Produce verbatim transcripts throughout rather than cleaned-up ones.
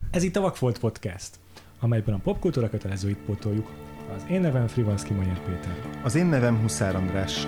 Ez itt a Vakfolt Podcast, amelyben a popkultúra kötelezőit pótoljuk. Az én nevem Frivalszky Magyar Péter. Az én nevem Huszár András.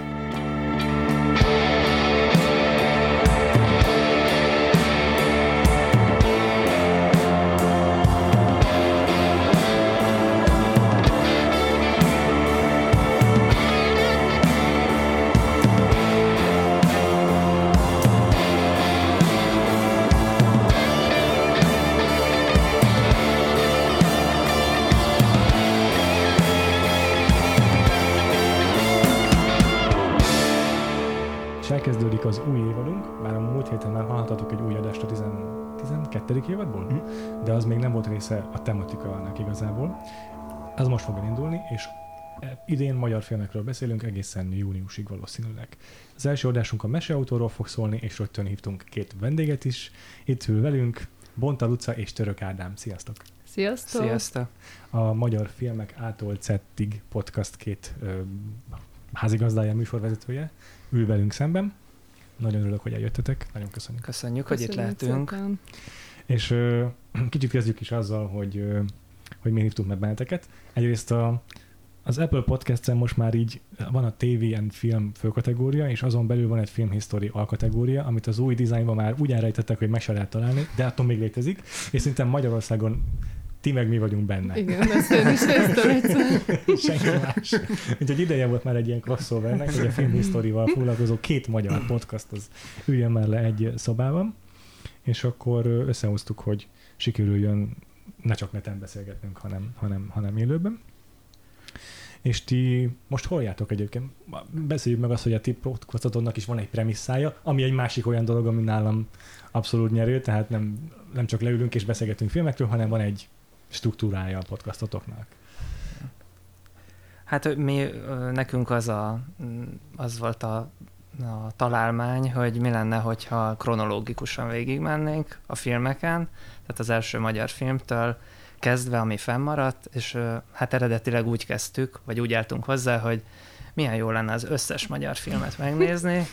Elkezdődik az új évadunk, bár a múlt héten már hallhattatok egy új adást a tizenkettedik évadból, mm. de az még nem volt része a tematikának igazából. Az most fog elindulni, és idén magyar filmekről beszélünk egészen júniusig valószínűleg. Az első adásunk a Meseautóról fog szólni, és rögtön hívtunk két vendéget is. Itt ül velünk Bonta Luca és Török Ádám. Sziasztok! Sziasztok! Sziasztok! A Magyar Filmek Ától Zettig podcast két ö, házigazdája, műsorvezetője ül velünk szemben. Nagyon örülök, hogy eljöttetek. Nagyon köszönjük. Köszönjük, Köszönjük hogy itt lehetünk. Szépen. És ö, kicsit kezdjük is azzal, hogy, ö, hogy miért hívtunk meg benneteket. Egyrészt a, az Apple Podcast-en most már így van a té vé and film főkategória, és azon belül van egy Film History alkategória, amit az új dizájnban már úgy elrejtettek, hogy meg se lehet találni, de attól még létezik, és szerintem Magyarországon ti meg mi vagyunk benne. Igen, ezt én is néztem egyszer. Senki más. Úgyhogy ideje volt már egy ilyen crossovernek, hogy a Film History-val foglalkozó két magyar podcast az üljön már le egy szobában, és akkor összehoztuk, hogy sikerüljön ne csak neten beszélgetnünk, hanem, hanem, hanem élőben. És ti most hol jártok egyébként? Beszéljük meg azt, hogy a ti podcastotoknak is van egy premisszája, ami egy másik olyan dolog, ami nálam abszolút nyerő, tehát nem, nem csak leülünk és beszélgetünk filmekről, hanem van egy struktúrája a podcastotoknak. Hát mi, nekünk az, a, az volt a, a találmány, hogy mi lenne, hogyha kronológikusan végigmennénk a filmeken, tehát az első magyar filmtől kezdve, ami fennmaradt, és hát eredetileg úgy kezdtük, vagy úgy álltunk hozzá, hogy milyen jó lenne az összes magyar filmet megnézni,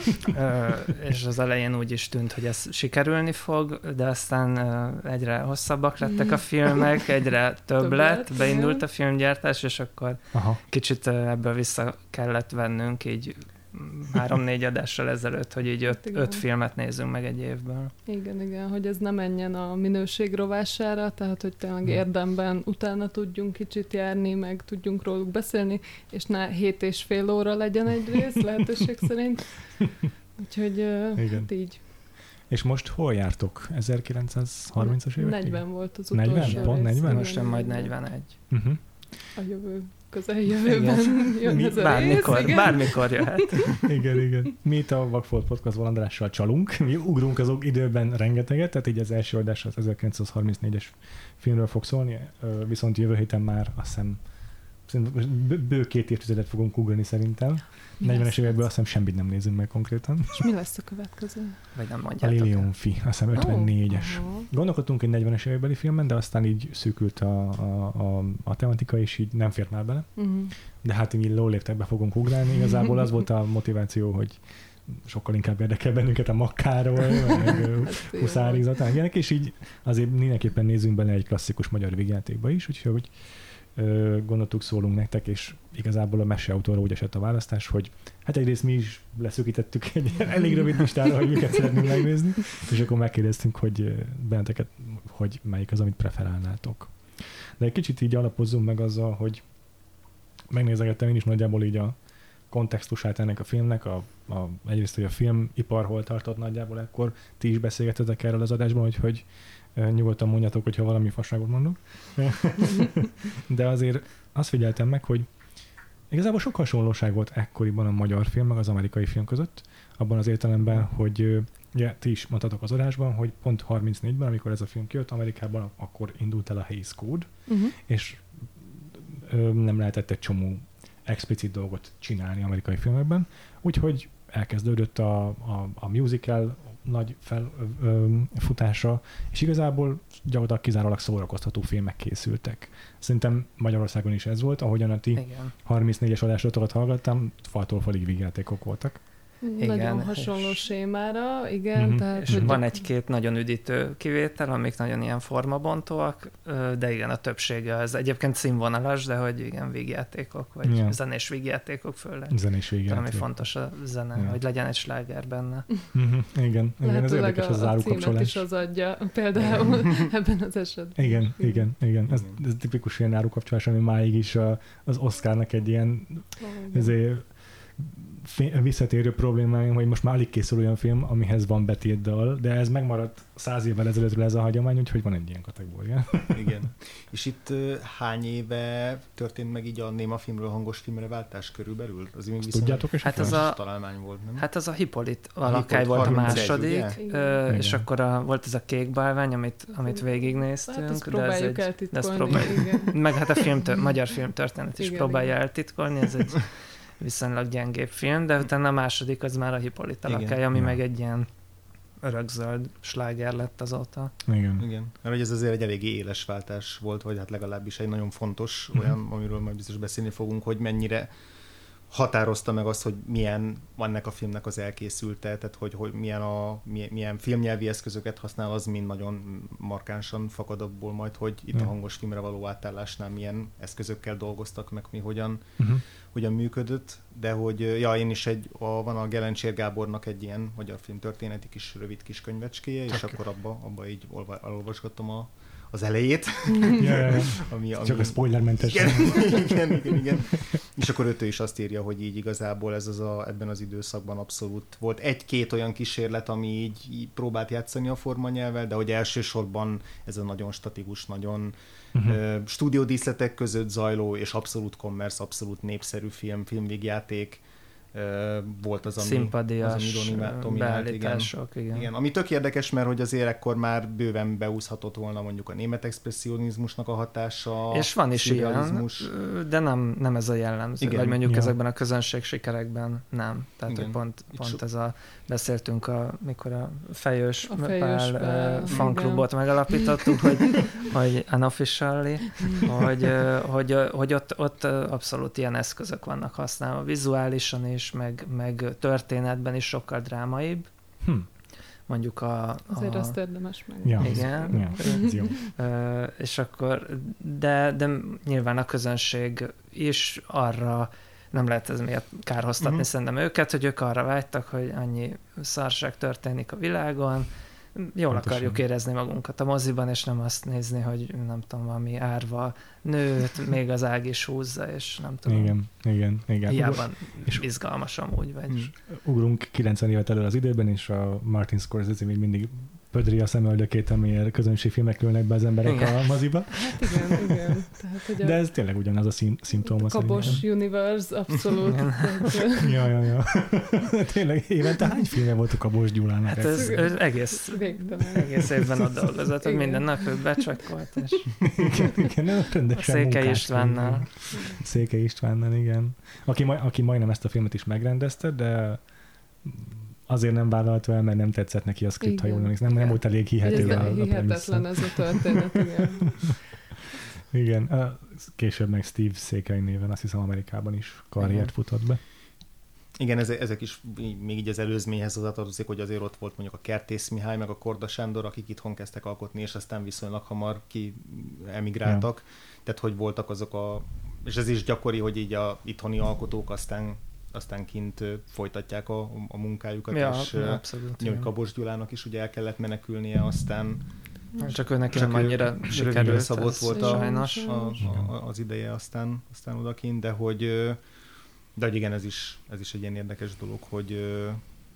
és az elején úgy is tűnt, hogy ez sikerülni fog, de aztán egyre hosszabbak lettek a filmek, egyre több, több lett, beindult a filmgyártás, és akkor Aha. kicsit ebből vissza kellett vennünk így három-négy adással ezelőtt, hogy így öt, öt filmet nézzünk meg egy évből. Igen, igen, hogy ez ne menjen a minőség rovására, tehát hogy tényleg érdemben utána tudjunk kicsit járni, meg tudjunk róluk beszélni, és ne hét és fél óra legyen egy rész, lehetőség szerint. Úgyhogy igen. Hát így. És most hol jártok? ezerkilencszázharmincas évek? negyven volt az utolsó negyven? Pont negyven? Most majd negyvenegy. Uh-huh. A jövő közeljövőben jön Mi, ez a bármikor, rész, igen. Bármikor jöhet. igen, igen. Mi itt a Vakfolt Podcastval Andrással csalunk. Mi ugrunk az időben rengeteget, tehát így az első adás az ezerkilencszázharmincnégyes filmről fog szólni, viszont jövő héten már azt hiszem bő két évtizedet fogunk ugrani szerintem. negyvenes évekből azt hiszem semmit nem nézünk meg konkrétan. És mi lesz a következő? Vagy nem A mondjátok. Léonfi, azt hiszem ötvennégyes. Oh, Gondolkodtunk egy negyvenes évekbeli filmben, de aztán így szűkült a, a, a, a tematika, és így nem fért már bele. uh-huh. De hát így lóléptekbe fogunk ugrálni. Igazából az volt a motiváció, hogy sokkal inkább érdekel bennünket a Makkáról, meg Huszárizatán, ilyenek, és így azért mindenképpen nézzünk bele egy klasszikus magyar vígjátékba is, úgyhogy gondoltuk, szólunk nektek, és igazából a Meseautóra úgy esett a választás, hogy hát egyrészt mi is leszűkítettük egy elég rövid listára, hogy miket szeretnénk megnézni, és akkor megkérdeztünk, hogy benneteket, hogy melyik az, amit preferálnátok. De egy kicsit így alapozzunk meg azzal, hogy megnézegettem én is nagyjából így a kontextusát ennek a filmnek, a, a, egyrészt, hogy a filmipar hol tartott nagyjából, ekkor ti is beszélgettetek erről az adásban, hogy, hogy nyugodtan mondjatok, hogyha valami fasságot mondok. De azért azt figyeltem meg, hogy igazából sok hasonlóság volt ekkoriban a magyar film, meg az amerikai film között, abban az értelemben, hogy ugye, ti is mondtatok az adásban, hogy pont harmincnégyben, amikor ez a film kijött, Amerikában akkor indult el a Hays Code, uh-huh. és ö, nem lehetett egy csomó explicit dolgot csinálni amerikai filmekben, úgyhogy elkezdődött a, a, a musical nagy felfutása, és igazából gyakorlatilag kizárólag szórakoztató filmek készültek. Szerintem Magyarországon is ez volt, ahogyan a ti Igen. harmincnégyes adásotokat hallgattam, faltól falig vígjátékok voltak. Nagyon Igen, hasonló és- sémára, igen. Mhm. Tehát, És hogy van egy-két nagyon üdítő kivétel, amik nagyon ilyen formabontóak, ö, de igen, a többsége az egyébként színvonalas, de hogy igen, vígjátékok, vagy Ja. zenés vígjátékok főleg. Zenés Ami végjáték. fontos a zene, Ja. hogy legyen egy sláger benne. Mhm, igen, igen, ez lehetőleg érdekes a, az a címet árukapcsolás. is az adja például ebben az esetben. Igen, igen, igen. Ez, Igen. ez tipikus ilyen árukapcsolás, ami máig is a, az Oscarnak egy ilyen ezért fi- visszatérő problémáim, hogy most már alig készül olyan film, amihez van betétdal, de ez megmaradt száz évvel ezelőttről ez a hagyomány, úgyhogy van egy ilyen kategória. Igen. És itt uh, hány éve történt meg így a néma filmről hangos filmre váltás körülbelül? Az még viszonylag Tudjátok esetleg? Hát az friss a- találmány volt, nem? Hát az a Hippolyt A alakály volt a harmincegy, második, ugye? ö, és Igen. akkor a, volt ez a kék bálvány, amit, amit végignéztünk. Hát ezt de ez próbáljuk egy, de ezt eltitkolni. próbáljuk. Igen. Meg hát a film, magyar filmtörténet is Igen, próbálja igen. eltitkolni, ez egy viszonylag gyengébb film, de utána a második az már a Hippolyt Igen. alakály, ami Ja. meg egy ilyen örökzöld sláger lett azóta. Igen. Igen. Mert hogy ez azért egy eléggé éles váltás volt, vagy hát legalábbis egy nagyon fontos Mhm. olyan, amiről majd biztos beszélni fogunk, hogy mennyire határozta meg azt, hogy milyen ennek a filmnek az elkészülte, tehát hogy, hogy milyen, a, milyen, milyen filmnyelvi eszközöket használ, az mind nagyon markánsan fakad abból majd, hogy itt Ja. a hangos filmre való átállásnál milyen eszközökkel dolgoztak, meg mi hogyan, Uh-huh. hogyan működött, de hogy ja, én is egy, a, van a Gelencsér Gábornak egy ilyen magyar filmtörténeti kis rövid kis könyvecskéje, és akkor abba, abba így olva, elolvasgattam a, az elejét, Ja, ja, ja. ami, ami, Csak a spoilermentes. igen, igen, igen, igen. És akkor ő is azt írja, hogy így igazából ez az a, ebben az időszakban abszolút volt egy-két olyan kísérlet, ami így, így próbált játszani a formanyelvvel, de hogy elsősorban ez a nagyon statikus, nagyon Uh-huh. uh, stúdiódíszletek között zajló és abszolút commerce, abszolút népszerű film, filmvégjáték uh, volt az, ami, Szimpadias az, ami dominált, dominált, igen. beállítások, igen. Igen, ami tök érdekes, mert hogy azért ekkor már bőven beúszhatott volna mondjuk a német expresszionizmusnak a hatása. És van is ilyen, szürrealizmus. de nem, nem ez a jellemző. Igen. Vagy mondjuk Ja. ezekben a közönség sikerekben nem. Tehát, Igen. hogy pont, Itt pont so- ez a, beszéltünk, a, mikor a Fejős, A Fejős Pál, Pál, uh, fanklubot megalapítottuk, hogy, hogy unofficially, hogy, uh, hogy, uh, hogy ott, ott uh, abszolút ilyen eszközök vannak használva, vizuálisan is, meg, meg történetben is sokkal drámaibb. Hm. Mondjuk a... Azért a azt érdemes meg. Ja. Igen. Ja, ez jó. Ö, és akkor, de, de nyilván a közönség is arra, nem lehet ez miatt kárhoztatni Mhm. szerintem őket, hogy ők arra vágytak, hogy annyi szarság történik a világon, jól Pontosan. akarjuk érezni magunkat a moziban, és nem azt nézni, hogy nem tudom, valami árva nőt, még az ág is húzza, és nem tudom, Igen, igen, igen. hiába és- izgalmas amúgy, vagy... Mm. Ugrunk kilencven évet elő az időben, és a Martin Scorsese még mindig pödri a szemöldökét, amiért közönségfilmek lőnek be az emberek Igen. a moziba. Hát igen, igen. Tehát, hogy De a ez tényleg ugyanaz a szim- szimptóma Kabos szerintem. Universe, abszolút. Igen. Tehát, Ja, ja, ja. Tényleg évente hány filme volt a Kabos Gyulának? Hát ez, ez egész, végtelen. egész évben ott dolgozott, hogy Igen. minden nap ő becsekkolt, és Igen, igen, nem rendesen A Székely munkáskodott. Istvánnal. Székely Istvánnal, igen. Aki, maj, aki majdnem ezt a filmet is megrendezte, de azért nem vállalta el, mert nem tetszett neki a script, ha Igen. jól emlékszem. Nem, nem Igen. volt elég Hogy hihető ez a, a hihetetlen premissza. ez a történet, igen. Igen, a- később meg Steve Székely néven, azt hiszem Amerikában is karriert Igen. futott be. Igen, ezek, ezek is így- még így az előzményhez hozzátartozik, hogy azért ott volt mondjuk a Kertész Mihály, meg a Korda Sándor, akik itthon kezdtek alkotni, és aztán viszonylag hamar ki emigráltak. Ja. Tehát, hogy voltak azok a... És ez is gyakori, hogy így a itthoni alkotók aztán, aztán kint ö, folytatják a, a munkájukat, Ja, és ö, abszolút. Nyilván igen. Kabos Gyulának is ugye el kellett menekülnie, aztán Csak ő neki Csak nem ő annyira rövidre sikerült, szabott ez volt a- sajnos. a, a, az ideje aztán, aztán odakint, de hogy, ö, de hogy igen, ez is, ez is egy ilyen érdekes dolog, hogy, ö,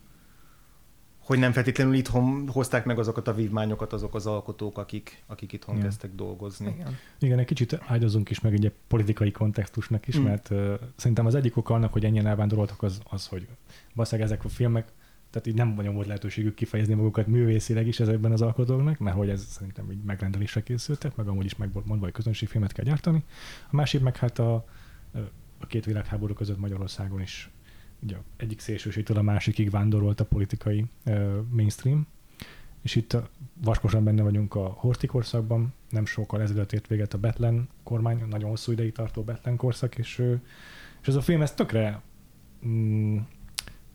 hogy nem feltétlenül itthon hozták meg azokat a vívmányokat azok az alkotók, akik, akik itthon Igen. kezdtek dolgozni. Igen. Igen, egy kicsit ágyazunk is meg egy politikai kontextusnak is, Mm. mert uh, szerintem az egyik oka annak, hogy ennyien elvándoroltak, az, az hogy valószínűleg ezek a filmek, tehát így nem nagyon volt lehetőségük kifejezni magukat művészileg is ezekben az alkotóknak, mert hogy ez szerintem így megrendelésre készültek, meg amúgy is meg volt mondva, hogy közönségfilmet kell gyártani. A másik meg hát a, a két világháború között Magyarországon is ugye egyik szélsőségtől a másikig vándorolt a politikai uh, mainstream, és itt a, vaskosan benne vagyunk a Horthy korszakban, nem sokkal ezelőtt ért véget a Bethlen kormány, nagyon hosszú ideig tartó Bethlen korszak, és, ö, és ez a film ez tökre mm,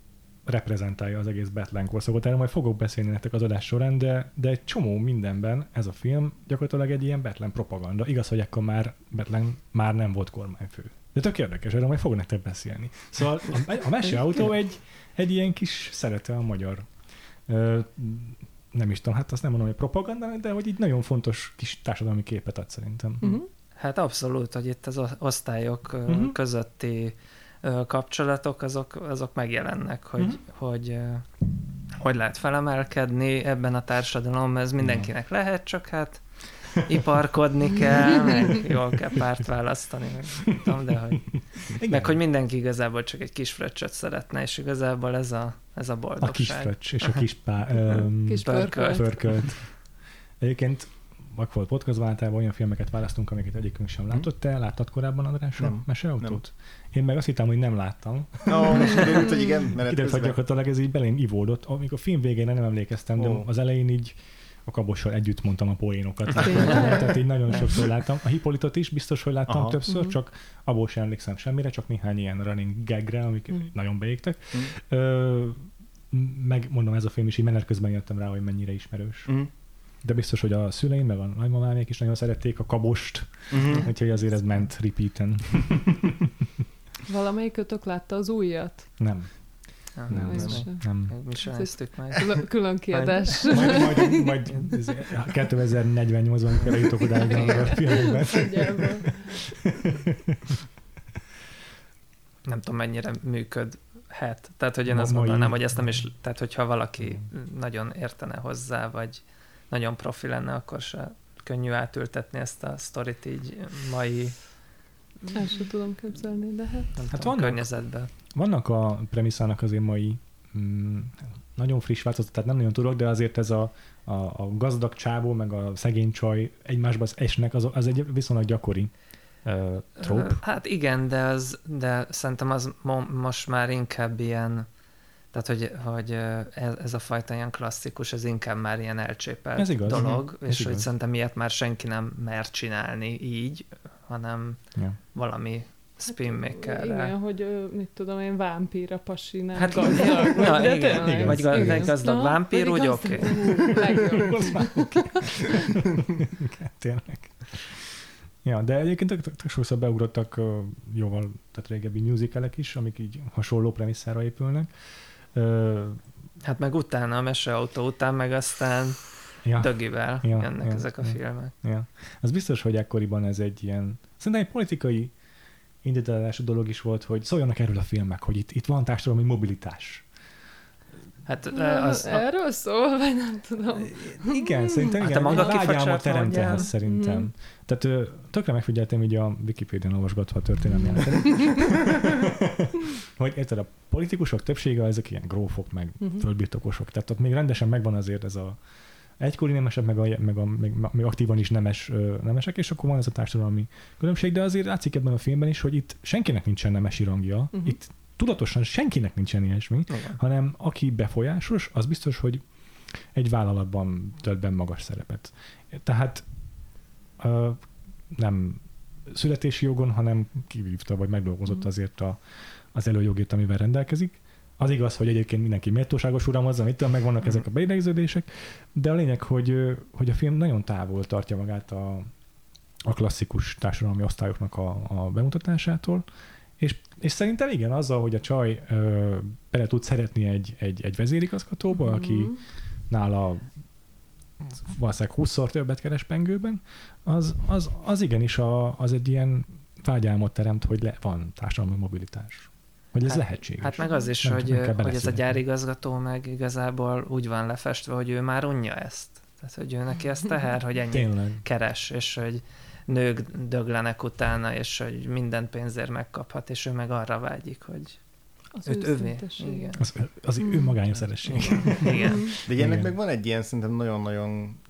reprezentálja az egész Batman korszakot. Erről majd fogok beszélni nektek az adás során, de, de egy csomó mindenben ez a film gyakorlatilag egy ilyen Batman propaganda. Igaz, hogy ekkor már Batman már nem volt kormányfő. De tök érdekes, erről majd fogok nektek beszélni. Szóval a, a Meseautó egy, egy ilyen kis szerete a magyar. Ö, nem is tudom, hát azt nem mondom, hogy propaganda, de hogy így nagyon fontos kis társadalmi képet ad szerintem. Uh-huh. Hát abszolút, hogy itt az osztályok uh-huh. közötti kapcsolatok, azok, azok megjelennek, hogy, uh-huh. hogy hogy lehet felemelkedni ebben a társadalomban, ez mindenkinek lehet, csak hát iparkodni kell, meg jól kell párt választani, meg, tudom, de hogy, meg hogy mindenki igazából csak egy kis fröccsöt szeretne, és igazából ez a, ez a boldogság. A kis fröccs és a kis, pá, um, kis pörkölt. pörkölt. Egyébként Vakfolt podcastban általában olyan filmeket választunk, amiket egyikünk sem látott. Te láttad korábban, András, a Meseautót? Én meg azt hittem, hogy nem láttam. No, most kiderült, hogy igen, menet Kiderült, hogy gyakorlatilag ez így belém ivódott. Amikor a film végén nem emlékeztem, de oh. az elején így a Kabossal együtt mondtam a poénokat. Tehát így nagyon sokszor láttam. A Hippolytot is biztos, hogy láttam Aha. többször, uh-huh. csak abból sem emlékszem semmire, csak néhány ilyen running gagre, amik uh-huh. nagyon beégtek. Uh-huh. Ö, meg mondom, ez a film is így menet közben jöttem rá, hogy mennyire ismerős. Uh-huh. De biztos, hogy a szüleim, meg a nagymamámék is nagyon szerették a Kabost, uh-huh. úgyhogy azért ez ment repeaten. Valamelyikötök látta az újat? Nem. Nem, nem, nem, nem, nem. Mi sem néztük meg. Külön, külön kiadás. majd, majd, majd kétezer-negyvennyolcban, amikor eljutok odáig a filmekben. Nem tudom, mennyire működhet. Tehát, hogy én Ma, azt mondanám, mai... hogy ezt nem is... Tehát, hogyha valaki nagyon értene hozzá, vagy nagyon profi lenne, akkor se könnyű átültetni ezt a sztorit így mai... El sem tudom képzelni, de hát... Nem hát tudom, vannak, környezetben. Vannak a premisszának azért mai mm, nagyon friss változat, tehát nem nagyon tudok, de azért ez a, a, a gazdag csávó, meg a szegény csaj egymásba esnek, az, az egy viszonylag gyakori uh, tróp. Hát igen, de, az, de szerintem az mo- most már inkább ilyen, tehát hogy, hogy ez, ez a fajta ilyen klasszikus, ez inkább már ilyen elcsépelt ez igaz, dolog, ez és igaz. hogy szerintem ilyet már senki nem mer csinálni így, hanem ja. valami spin hát, még kell igen, rá. hogy mit tudom én, vámpír a pasi, nem hát, gazdag. Ja, de igen, tényleg, vagy igen. gazdag, gazdag vámpír, úgy oké. Okay. Tényleg. Ja, de egyébként tök, tök sokszor beugrottak uh, jóval, tehát régebbi musicalek is, amik így hasonló premisszára épülnek. Uh, hát meg utána, a Meseautó után, meg aztán ja. dögivel ja, jönnek ja, ezek a ja, filmek. Ja. Az biztos, hogy ekkoriban ez egy ilyen, szerintem egy politikai indítású dolog is volt, hogy szóljanak erről a filmek, hogy itt, itt van társadalmi mobilitás. Hát az... Erről a... szól, vagy nem tudom. Igen, szerintem igen. Hát a lágyálmat teremt ehhez szerintem. Mm. Tehát tökre megfigyeltem így a Wikipédián olvasgatva a történelmi átterét. Hogy érted, a politikusok többsége ezek ilyen grófok, meg uh-huh. földbirtokosok. Tehát ott még rendesen megvan azért ez a egykori nemesek, meg, a, meg, a, meg, meg aktívan is nemes, nemesek, és akkor van ez a társadalmi különbség, de azért látszik ebben a filmben is, hogy itt senkinek nincsen nemesi rangja. Uh-huh. Itt tudatosan senkinek nincsen ilyesmi, igen. hanem aki befolyásos, az biztos, hogy egy vállalatban tölt be magas szerepet. Tehát uh, nem születési jogon, hanem kivívta, vagy megdolgozott azért a, az előjogét, amivel rendelkezik. Az igaz, hogy egyébként mindenki méltóságos uramozza, mit tudom, megvannak ezek a beidegződések, de a lényeg, hogy, hogy a film nagyon távol tartja magát a, a klasszikus társadalmi osztályoknak a, a bemutatásától, és, és szerintem igen, azzal, hogy a csaj ö, bele tud szeretni egy, egy, egy vezérigazgatóba, mm-hmm. aki nála valószínűleg húszszor többet keres pengőben, az, az, az igenis a, az egy ilyen vágyálmot teremt, hogy le, van társadalmi mobilitás. Hogy ez hát, lehetséges. Hát meg az is, nem, hogy, hogy ez a gyárigazgató meg igazából úgy van lefestve, hogy ő már unja ezt. Tehát, hogy ő neki ez teher, hogy ennyit Tényleg. keres, és hogy nők döglenek utána, és hogy minden pénzért megkaphat, és ő meg arra vágyik, hogy az őt övé. Az, az mm. ő magányos szeresség. Igen. Igen. De ennek meg van egy ilyen szerintem nagyon-nagyon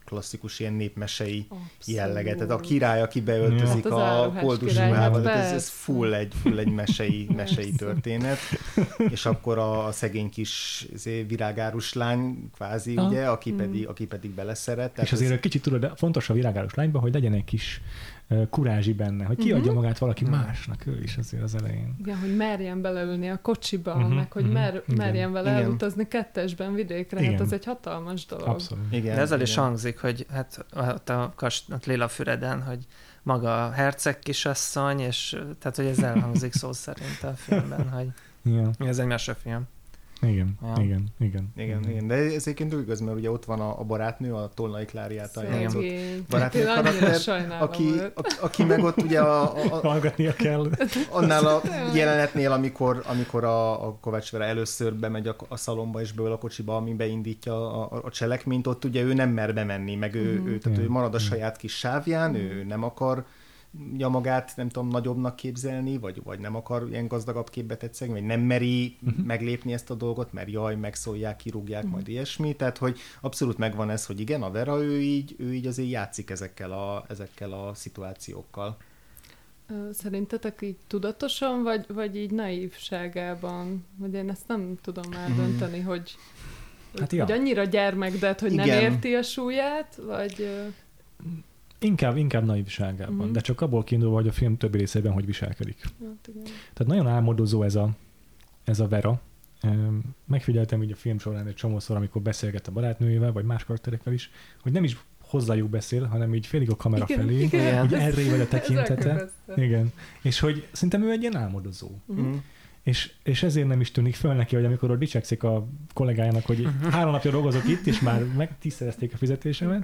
klasszikus ilyen népmesei Abszolút. jelleget. Tehát a király, aki beöltözik Hát az a áruhás koldusruhába, király, hát ez, ez full egy, full egy mesei, mesei Persze. történet. És akkor a, a szegény kis virágárus lány kvázi, Ah. ugye, aki Mm. pedig, aki pedig beleszeret. És azért ez, egy kicsit tudod, de fontos a virágárus lányban, hogy legyen egy kis uh, kurázsi benne, hogy kiadja Mhm. magát valaki Mhm. másnak, ő is azért az elején. Igen, hogy merjen beleülni a kocsiba, Mhm, meg hogy mhm, mer, igen. merjen vele Igen. elutazni kettesben vidékre, hát Igen. az egy hatalmas dolog. Abszolút. igen, De ezzel is igen. hangzik, hogy hát ott a, kast, ott Lilafüreden, hogy maga a herceg kisasszony, és tehát, hogy ez elhangzik szó szerint a filmben, hogy Igen, ez egy mesefilm. igen, Ja. igen, igen. Igen, igen, de ez egyébként úgy igaz, mert ugye ott van a, a barátnő, a Tolnai Klári által játszott Szegény. barátnő Hát én annyira karakter, sajnálom aki, őt. aki, aki meg ott ugye a, a, a, Hallgatnia kell. annál a jelenetnél, amikor, amikor a, a Kovács Vera először bemegy a, a szalomba és beül a kocsiba, ami beindítja a, a, a cselekményt, ott ugye ő nem mer bemenni, meg ő, Mhm. ő, tehát ő Igen. marad a Igen. saját kis sávján, ő nem akar ja magát, nem tudom, nagyobbnak képzelni, vagy, vagy nem akar ilyen gazdagabb képbe tetszeni, vagy nem meri Mhm. meglépni ezt a dolgot, mert jaj, megszólják, kirúgják, Mhm. majd ilyesmi. Tehát, hogy abszolút megvan ez, hogy igen, a Vera, ő így, ő így azért játszik ezekkel a, ezekkel a szituációkkal. Ö, Szerintetek így tudatosan, vagy, vagy így naívságában? Vagy én ezt nem tudom eldönteni, hogy, Hát hogy ja. annyira gyermekdet, hogy nem Igen. érti a súlyát, vagy... ö, Inkább, inkább naivságában, Mhm. de csak abból kiindulva, hogy a film többi részében hogy viselkedik. Hát igen. Tehát nagyon álmodozó ez a, ez a Vera. Öm, Megfigyeltem így a film során egy csomószor, amikor beszélget a barátnőjével, vagy más karakterekkel is, hogy nem is hozzájuk beszél, hanem így félig a kamera Igen, felé, igen. így erre évad a Ez tekintete. elképesztő. Igen. És hogy szerintem ő egy ilyen álmodozó. Mhm. Mm. És, és ezért nem is tűnik föl neki, hogy amikor ott dicsekszik a kollégájának, hogy három napja dolgozok itt, és már meg tízszerezték a fizetésemet,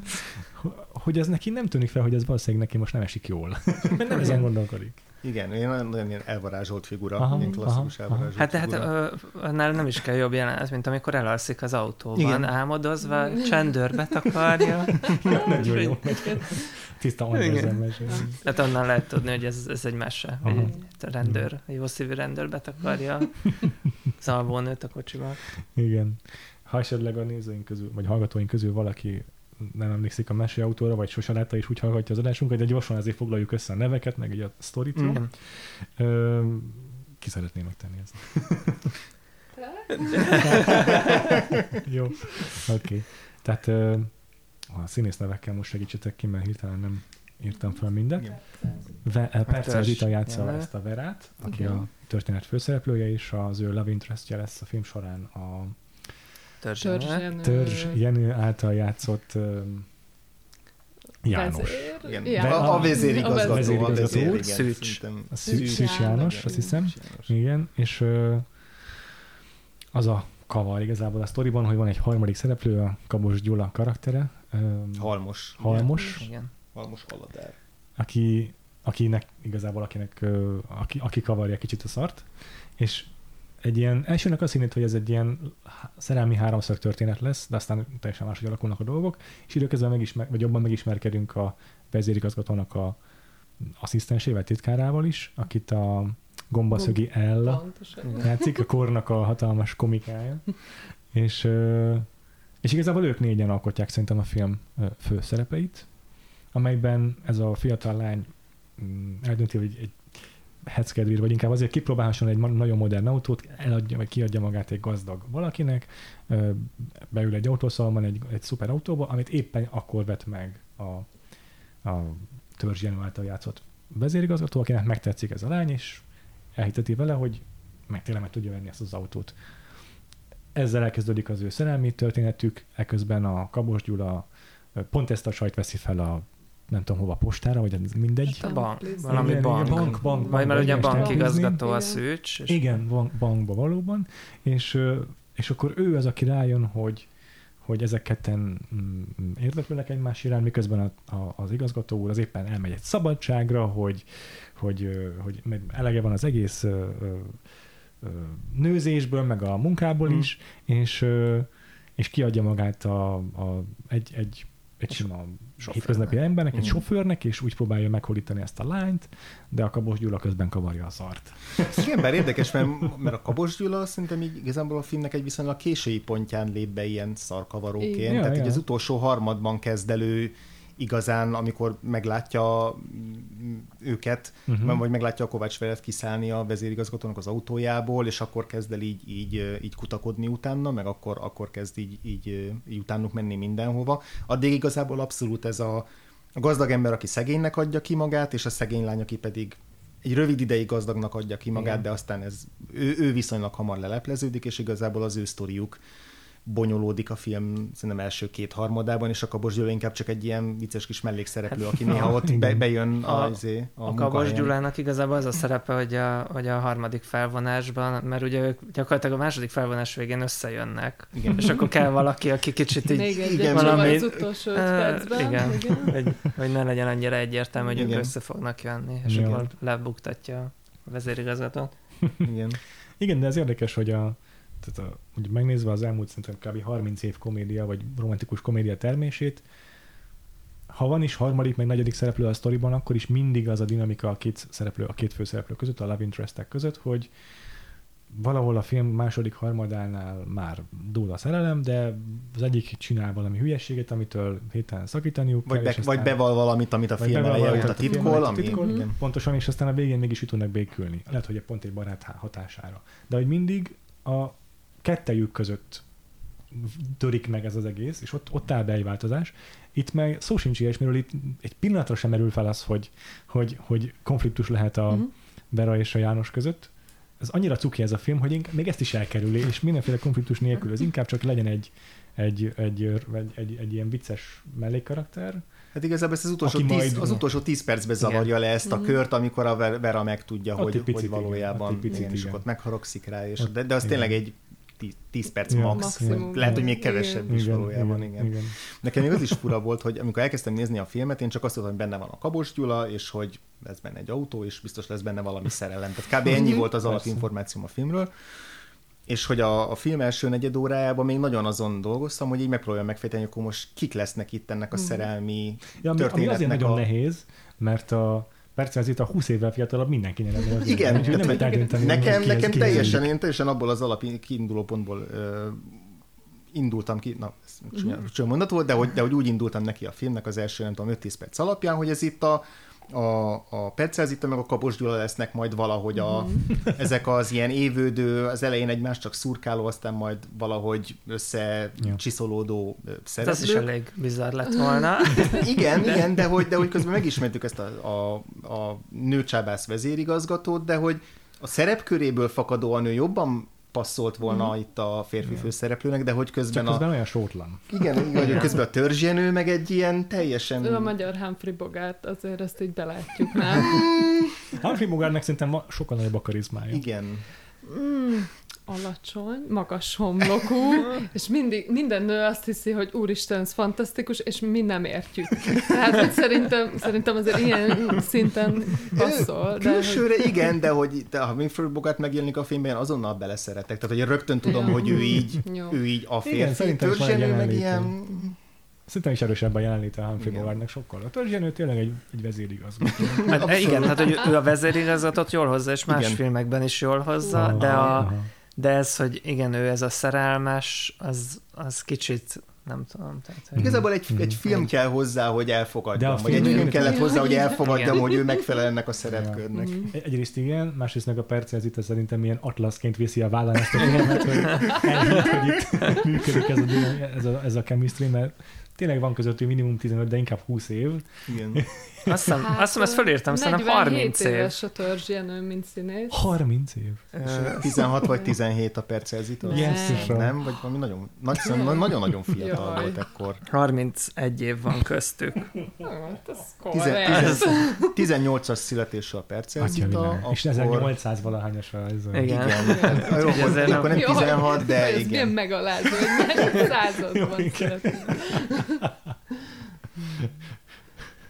hogy ez neki nem tűnik fel, hogy ez valószínűleg neki most nem esik jól. Mert nem ezen gondolkodik. Igen, én nagyon, nagyon ilyen elvarázsolt figura, Aha, ilyen klasszikus aha, elvarázsolt Hát, de hát figura. ö, annál nem is kell jobb jelenet, mint amikor elalszik az autóban, Igen. álmodozva, csendőrbe takarja. Nagyon jó. Tiszta Andersen mesé. Hát onnan lehet tudni, hogy ez, ez egy mese. Aha. Egy rendőr, egy jó szívű rendőr betakarja az alvónőt a kocsiba. Igen. Ha esetleg a nézőink közül, vagy hallgatóink közül valaki nem emlékszik a meséautóra, vagy sosem látta, és úgy hallgatja az adásunkat, de gyorsan azért foglaljuk össze a neveket, meg így a sztorit. Mm. Ö, ki szeretné megtenni ezt? Jó, oké. Okay. Tehát ö, a színész nevekkel most segítsetek ki, mert hirtelen nem írtam fel mindent. Igen. Ve- Persze az Rita játsza Jelen. ezt a Verát, aki Igen. a történet főszereplője, és az ő love interestje lesz a film során a Törzs Törzs. Jenő. Törzs Jenő által játszott ö, János. Vezér? Igen. Ja. A, a vezérigazgató. A vezérigazgató. vezér, igen, Szűcs. szerintem. A Szűcs, Szűcs Szűcs János. János, azt hiszem. Szűcs János. Igen, és ö, az a kavar igazából a sztoriban, hogy van egy harmadik szereplő, a Kabos Gyula karaktere, ö, Halmos. Halmos, Igen. Halmos Haladár. aki, akinek igazából akinek, ö, aki, aki kavarja kicsit a szart, és egy ilyen, elsőnek azt hinnéd, hogy ez egy ilyen há- szerelmi háromszög történet lesz, de aztán teljesen máshogy alakulnak a dolgok, és időközben megismer, vagy jobban megismerkedünk a vezérigazgatónak a asszisztensével, titkárával is, akit a Gombaszögi Ella Pontosan. játszik, a kornak a hatalmas komikája. És, ö, és igazából ők négyen alkotják szerintem a film ö, főszerepeit, amelyben ez a fiatal lány mm, eldönti, hogy egy heckedvér, vagy inkább azért kipróbálhasson egy ma- nagyon modern autót, eladja, vagy kiadja magát egy gazdag valakinek, ö, beül egy autószalomban egy, egy szuper autóba, amit éppen akkor vett meg a, a Törzs Jenő által játszott vezérigazgató, akinek megtetszik ez a lány, és elhiteti vele, hogy meg tényleg meg tudja venni ezt az autót. Ezzel elkezdődik az ő szerelmi történetük, eközben a Kabos Gyula ö, pont ezt a sajt veszi fel a nem tudom hova, postára, vagy ez mindegy. A bank, Igen, valami igen, bank. bank, bank, Vagy mert bank, ugye a igen, bankigazgató a igen. Szűcs. És Igen, bank, bankba valóban, és, ö, és akkor ő az, aki rájön, hogy, hogy ezek ketten mm, érdeklődnek egymás iránt, miközben a, a, az igazgató úr az éppen elmegy egy szabadságra, hogy, hogy, ö, hogy meg elege van az egész ö, ö, ö, nőzésből, meg a munkából Mm. is, és, ö, és kiadja magát a, a, egy, egy egy sima hétköznapi embernek, egy sofőrnek, és úgy próbálja meghódítani ezt a lányt, de a Kabos Gyula közben kavarja a szart. Igen, bár érdekes, mert, mert a Kabos Gyula szerintem így igazából a filmnek egy viszonylag késői pontján lép be ilyen szarkavaróként. Ja, Tehát ja. így az utolsó harmadban kezd elő igazán, amikor meglátja őket, uh-huh. vagy meglátja a Kovács Ferencet kiszállni a vezérigazgatónak az autójából, és akkor kezd el így, így, így kutakodni utána, meg akkor, akkor kezd így, így, így utánuk menni mindenhova. Addig igazából abszolút ez a, a gazdag ember, aki szegénynek adja ki magát, és a szegény lány, aki pedig egy rövid ideig gazdagnak adja ki magát, igen. de aztán ez, ő, ő viszonylag hamar lelepleződik, és igazából az ő sztoriuk bonyolódik a film szerintem első két harmadában, és a Kabos Gyula inkább csak egy ilyen vicces kis mellékszereplő, aki néha ott be, bejön a, a, a, a Kabos Gyulának igazából az a szerepe, hogy a, hogy a harmadik felvonásban, mert ugye ők gyakorlatilag a második felvonás végén összejönnek, igen. és akkor kell valaki, aki kicsit így még egy valami... az utolsó öt percben. Igen, igen. Hogy, hogy ne legyen annyira egyértelmű, hogy igen. ők össze fognak jönni, és igen. akkor lebuktatja a vezérigazgatót. Igen. Igen, de ez érdekes, hogy a tehát a, úgy megnézve az elmúlt szerintem kb. harminc év komédia, vagy romantikus komédia termését, ha van is harmadik, meg negyedik szereplő a sztoriban, akkor is mindig az a dinamika a két szereplő, a két főszereplő között, a love interestek között, hogy valahol a film második harmadánál már dúl a szerelem, de az egyik csinál valami hülyeséget, amitől héten szakítaniuk vagy kell. Be, vagy beval valamit, amit a film eleje óta titkol. Ami... titkol mm-hmm. Pontosan, és aztán a végén mégis ki tudnak békülni. Lehet, hogy pont egy barát hatására. De hogy mindig a kettejük között törik meg ez az egész, és ott, ott áll be egy változás. Itt meg szó sincs ilyesmiről, itt egy pillanatra sem merül fel az, hogy, hogy, hogy konfliktus lehet a uh-huh. Vera és a János között. Ez annyira cuki ez a film, hogy én még ezt is elkerüli, és mindenféle konfliktus nélkül, ez inkább csak legyen egy, egy, egy, egy, egy, egy ilyen vicces mellékkarakter. Hát igazából ezt az utolsó, tíz, majd... az utolsó tíz percben zavarja le ezt a kört, amikor a Vera megtudja, hogy, hogy valójában igen, sokat megharagszik rá, és, de, de az igen. tényleg egy tíz perc ja, max. Maximum. Lehet, hogy még kevesebb igen, is igen, valójában. Igen, igen. Igen. Nekem még az is fura volt, hogy amikor elkezdtem nézni a filmet, én csak azt tudtam, hogy benne van a Kabos Gyula, és hogy lesz benne egy autó, és biztos lesz benne valami szerelem. Tehát kb. Ennyi volt az alapinformációm a filmről. És hogy a, a film első negyed órájában még nagyon azon dolgoztam, hogy így megpróbáljam megfejteni, hogy akkor most kik lesznek itt ennek a szerelmi ja, ami, történetnek. Ami azért a... nagyon nehéz, mert a persze ez itt a húsz évvel fiatalabb mindenkinek lenne. Az igen, nem tehát, eldönteni, nekem, ki nekem teljesen, én teljesen abból az alap kiinduló pontból uh, indultam ki, na, ez csomó mondat volt, de hogy, de hogy úgy indultam neki a filmnek az első, nem tudom, öt-tíz perc alapján, hogy ez itt a a, a Percelzita meg a Kabos Gyula lesznek majd valahogy a, ezek az ilyen évődő, az elején egymást csak szurkáló, aztán majd valahogy összecsiszolódó szereplők. Ez is elég bizarr lett volna. igen, de... igen, de hogy, de hogy közben megismertük ezt a, a, a nőcsábász vezérigazgatót, de hogy a szerepköréből fakadóan ő jobban passzolt volna mm. itt a férfi igen. főszereplőnek, de hogy közben Csak közben a... olyan sótlan. Igen, igen, hogy közben a törzsjenő meg egy ilyen teljesen... Ő a magyar Humphrey Bogart, azért ezt így belátjuk, nem? Humphrey Bogartnak szerintem sokkal nagyobb a karizmája. Igen. Mm, alacsony, magas homlokú, és mindig, minden nő azt hiszi, hogy úristen, ez fantasztikus, és mi nem értjük. Tehát hogy szerintem, szerintem azért ilyen szinten passzol. Külsőre hogy... igen, de hogy de, ha Humphrey Bogart megjelenik a filmben, azonnal beleszeretek. Tehát, hogy rögtön tudom, ja. hogy ő így, ő így a férfi. Törzsjenő meg ilyen... Szerintem is erősebb a jelenléte a Humphrey Bogartnak sokkal. A törzsjenő tényleg egy, egy vezérigazgató. Hát, igen, tehát hogy ő a vezérigazgatót jól hozza, és más igen. filmekben is jól hozza, aha, de, a, aha. de ez, hogy igen, ő ez a szerelmes, az, az kicsit nem tudom. Tehát, hogy... Igazából egy, mm. egy film kell hozzá, hogy elfogadjam, vagy egy film kellett hozzá, hogy elfogadjam, igen. hogy ő megfelel ennek a szerepkörnek. Mm. Egyrészt igen, másrészt meg a Percelzita szerintem ilyen atlaszként viszi a vállán ezt a filmet, hogy elhitt, hogy itt működik ez a, ez a, ez a chemistry, mert tényleg van közöttük minimum tizenöt, de inkább húsz év. Igen. Azt hiszem, hát, azt hiszem ezt felírtam, szerintem harminc év. éves a Törzsjenő, mint színész. harminc év? tizenhat vagy tizenhét a Percelzita. Yes, nem? Vagy valami nagyon, nagyon, nagyon fiatal volt ekkor. harmincegy év van köztük. tizennyolcas születésű a Percelzita. Akkor... És ezernyolcszáz valahányas a ez. Igen. Akkor nem tizenhat, de igen. Ez milyen megalázó, hogy másik században született.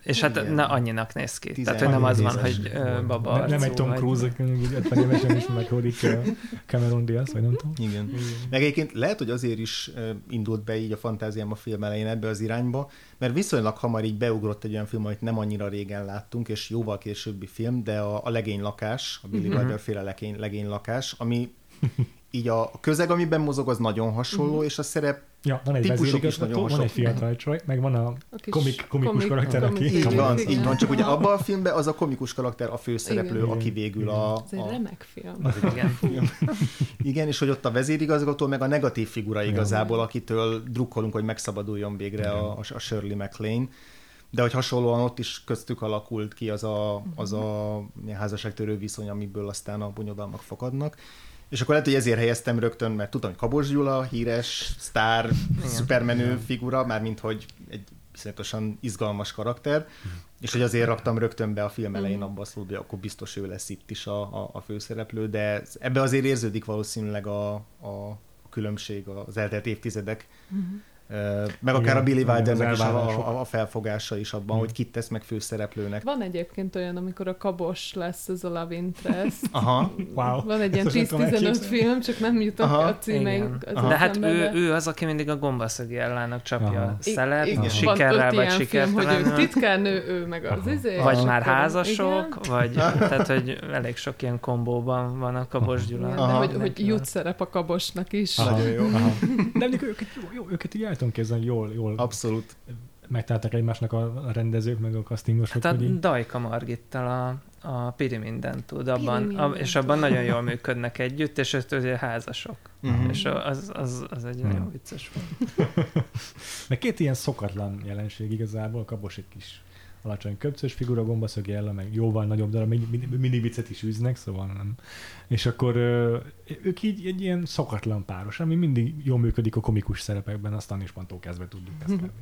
És hát Igen. na, annyinak néz ki. Tizen- Tehát, hogy nem az van, tízes hogy ö, baba Ne, arcú, nem egy Tom vagy- Cruise, aki így ötven évesen is meghódik Cameron Diaz, vagy nem tudom. Igen. Meg egyébként lehet, hogy azért is uh, indult be így a fantáziám a film elején ebbe az irányba, mert viszonylag hamar így beugrott egy olyan film, amit nem annyira régen láttunk, és jóval későbbi film, de a, a legénylakás, a Billy Mhm. Wilder féle legény, legénylakás, ami így a közeg, amiben mozog, az nagyon hasonló, és a szerep Ja, van egy típusok is vezérigazgató, nagyon van egy sok. fiatal csaj, meg van a, A kis komik, komikus komik- karakter, aki... komik- így Igen, van, igen. így van, csak ugye abban a filmben az a komikus karakter a főszereplő, Igen. aki végül a... Ez egy a remek film. az egy Igen. film. Igen, és hogy ott a vezérigazgató, meg a negatív figura igazából, akitől drukkolunk, hogy megszabaduljon végre a, a Shirley MacLaine. De hogy hasonlóan ott is köztük alakult ki az a, az a házasságtörő viszony, amiből aztán a bonyodalmak fakadnak. És akkor lehet, hogy ezért helyeztem rögtön, mert tudtam, hogy Kabos Gyula, híres, sztár, szupermenő figura, mármint hogy egy viszonyatosan izgalmas karakter, mm. és hogy azért raktam rögtön be a film elején abba a szót, hogy akkor biztos ő lesz itt is a, a, a főszereplő, de ebbe azért érződik valószínűleg a, a különbség az eltelt évtizedek, mm. meg akár Igen, a Billy igen, Wildernek az is a, elvárások. a, a felfogása is abban, Mm. hogy kit tesz meg főszereplőnek. Van egyébként olyan, amikor a Kabos lesz ez a Love Interest. Aha. Wow. Van egy ilyen Ezt most nem tudom tíz-tizenöt elképzelni. film, csak nem jutok Aha. a címeik. Igen. az De hát eszembe, ő, de- ő az, aki mindig a gombaszögi ellának csapja Aha. szelet, Igen. sikerrel Van öt vagy ilyen film, hogy ők sikertelenül. titkárnő, ő meg az Aha. izé. Vagy és már akkor- házasok, igen. vagy tehát, hogy elég sok ilyen kombóban van a Kabos Gyula. Igen, de Aha. hogy, hogy jut szerep a Kabosnak is. Aha, Nagyon jó. aha. De mondjuk őket, jó, jó, őket így el tudom képzelni, jól, jól Abszolút. megtalálták egymásnak a rendezők, meg a castingosok. Hát a hogy így... Dajka Margittal a, a Piri mindent tud, abban, Piri a, mindent és abban nagyon jól működnek együtt, és ők ugye házasok. Mhm. És az, az, az egy Mhm. nagyon vicces film. Meg két ilyen szokatlan jelenség igazából, Kabos egy kis alacsony köpcös figura, gombaszögi ella, meg jóval nagyobb darab, mini, mini viccet is űznek, szóval nem. És akkor ö, ők így egy ilyen szokatlan páros, ami mindig jól működik a komikus szerepekben, aztán is pantól kezdve tudjuk ezt tenni.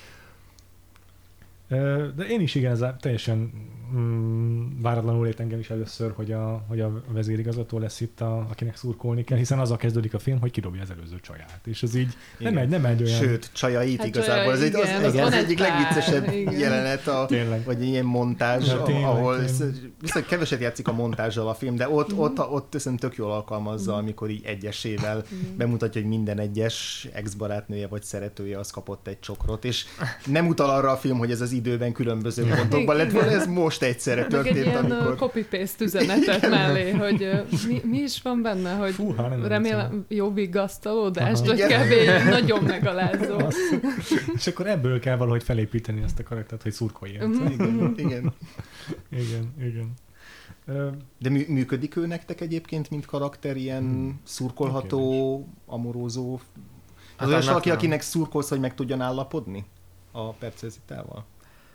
Ö, De én is igen, ez a- teljesen mm, váratlanul ért engem is először, hogy a, hogy a vezérigazgató lesz itt, a, akinek szurkolni kell, hiszen azzal kezdődik a film, hogy kidobja az előző csaját. És ez így nem Igen. egy, nem egy olyan... Sőt, csajait Hát igazából. Ez egy, az, igen, az, ott az van egy egyik pár, legviccesebb igen. jelenet, a, Tényleg. vagy ilyen montázs, Ja, tényleg, ahol tényleg. viszont keveset játszik a montázsal a film, de ott, ott, ott szerintem tök jól alkalmazza, amikor így egyesével bemutatja, hogy minden egyes ex-barátnője vagy szeretője az kapott egy csokrot, és nem utal arra a film, hogy ez az időben különböző pontokban lett volna, ez most egyszerre Meg egy történt, ilyen amikor... uh, copy-paste üzenetet mellé, hogy uh, mi, mi is van benne, hogy Fú, ha nem remélem jó vigasztalódást, Aha. vagy Igen. kb. Nagyon megalázó. Azt. És akkor ebből kell valahogy felépíteni ezt a karaktert, hogy szurkoljon. Mhm. Igen, igen. Igen, igen. Ö, De mű, működik ő nektek egyébként, mint karakter, ilyen Hmm. szurkolható, amorózó? Az Hát olyan annak valaki, nem. akinek szurkolsz, hogy meg tudjon állapodni a percezitával?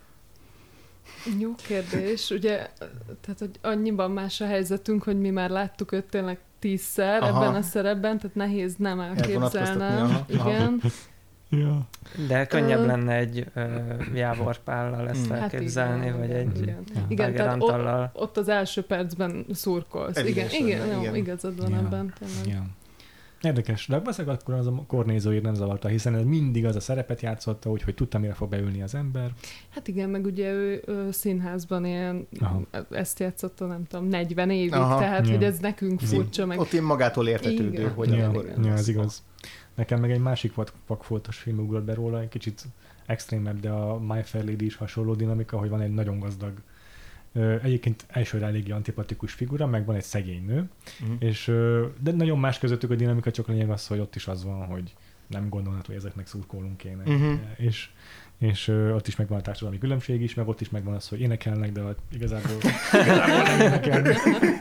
Jó kérdés. Ugye, tehát, hogy annyiban más a helyzetünk, hogy mi már láttuk őt tényleg tízszer Aha. ebben a szerepben, tehát nehéz nem Elvonatkoztatni, elképzelnem. aha, aha. Igen. ja. De könnyebb Ö, lenne egy ö, Jávor Pállal ezt Mm. Hát elképzelni, igen, vagy igen, egy igen. Ja. Igen, Tiger tehát Antallal. ott, ott az első percben szurkolsz. Igen, Evidens igen, lenne, jó, igen. igazad van Ja. ebben. Tényleg. Ja. Érdekes, de valószínűleg akkor az a kornézóért nem zavarta, hiszen ez mindig az a szerepet játszotta, úgyhogy tudta, mire fog beülni az ember. Hát igen, meg ugye ő, ő színházban ilyen, Aha. ezt játszotta, nem tudom, negyven évig, Aha. tehát Ja. hogy ez nekünk furcsa, meg Ott én magától értetődő, Igen. hogy Ja, akkor... ja, ez igaz. Nekem meg egy másik vad- vakfoltos film ugrott be róla, egy kicsit extrémebb, de a My Fair Lady is hasonló dinamika, hogy van egy nagyon gazdag, ö, egyébként elsőre eléggé antipatikus figura, meg van egy szegény nő, Mhm. és, ö, de nagyon más közöttük a dinamika, csak a lényeg az, hogy ott is az van, hogy nem gondolhat, hogy ezeknek szurkolunk kéne. Mhm. És, és ö, ott is megvan a társadalmi különbség is, meg ott is megvan az, hogy énekelnek, de igazából, igazából nem énekelnek.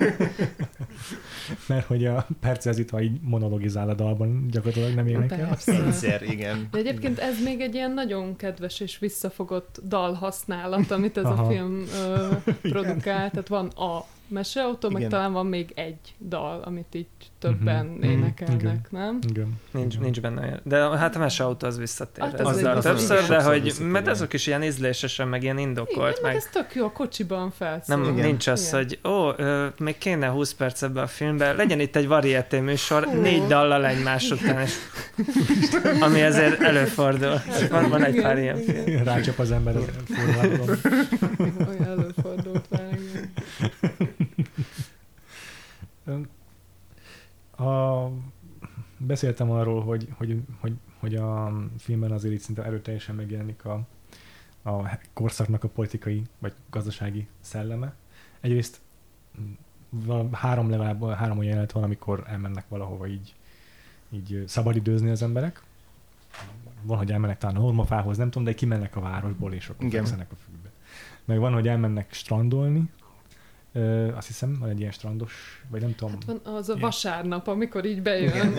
Mert hogy a percezita így monologizál a dalban, gyakorlatilag nem énekel. Persze. Egyszer, igen. De egyébként ez még egy ilyen nagyon kedves és visszafogott dalhasználat, amit ez Aha. a film ö, produkál. Tehát van a meseautó, meg Igen. talán van még egy dal, amit így többen Mhm, mhm, énekelnek, igen. nem? Igen. Nincs, Igen. nincs benne olyan. De hát a meseautó az visszatér. Hát Ez az az egy- az az többször, igen. de hogy hogy, mert azok is ilyen ízlésesen, meg ilyen indokolt. Igen, meg ez tök jó, a kocsiban felszól. Nem, igen. nincs az, igen. hogy ó, ö, még kéne húsz perc ebbe a filmbe, legyen itt egy varieté műsor, Hú. négy dallal egymás után, és ami azért előfordul. Van, van egy pár ilyen film. Rácsap az ember a formában. Olyan előfordult már, igen. A, beszéltem arról, hogy, hogy, hogy, hogy a filmben azért itt szinte erőteljesen megjelenik a, a korszaknak a politikai vagy gazdasági szelleme. Egyrészt három legalább három olyan jelenet van, amikor elmennek valahova így, így szabadidőzni az emberek. Van, hogy elmennek talán a Normafához, nem tudom, de kimennek a városból, és akkor fekszenek a függbe. Meg van, hogy elmennek strandolni. Ö, azt hiszem, van egy ilyen strandos, vagy nem tudom. Hát van az a vasárnap, amikor így bejön.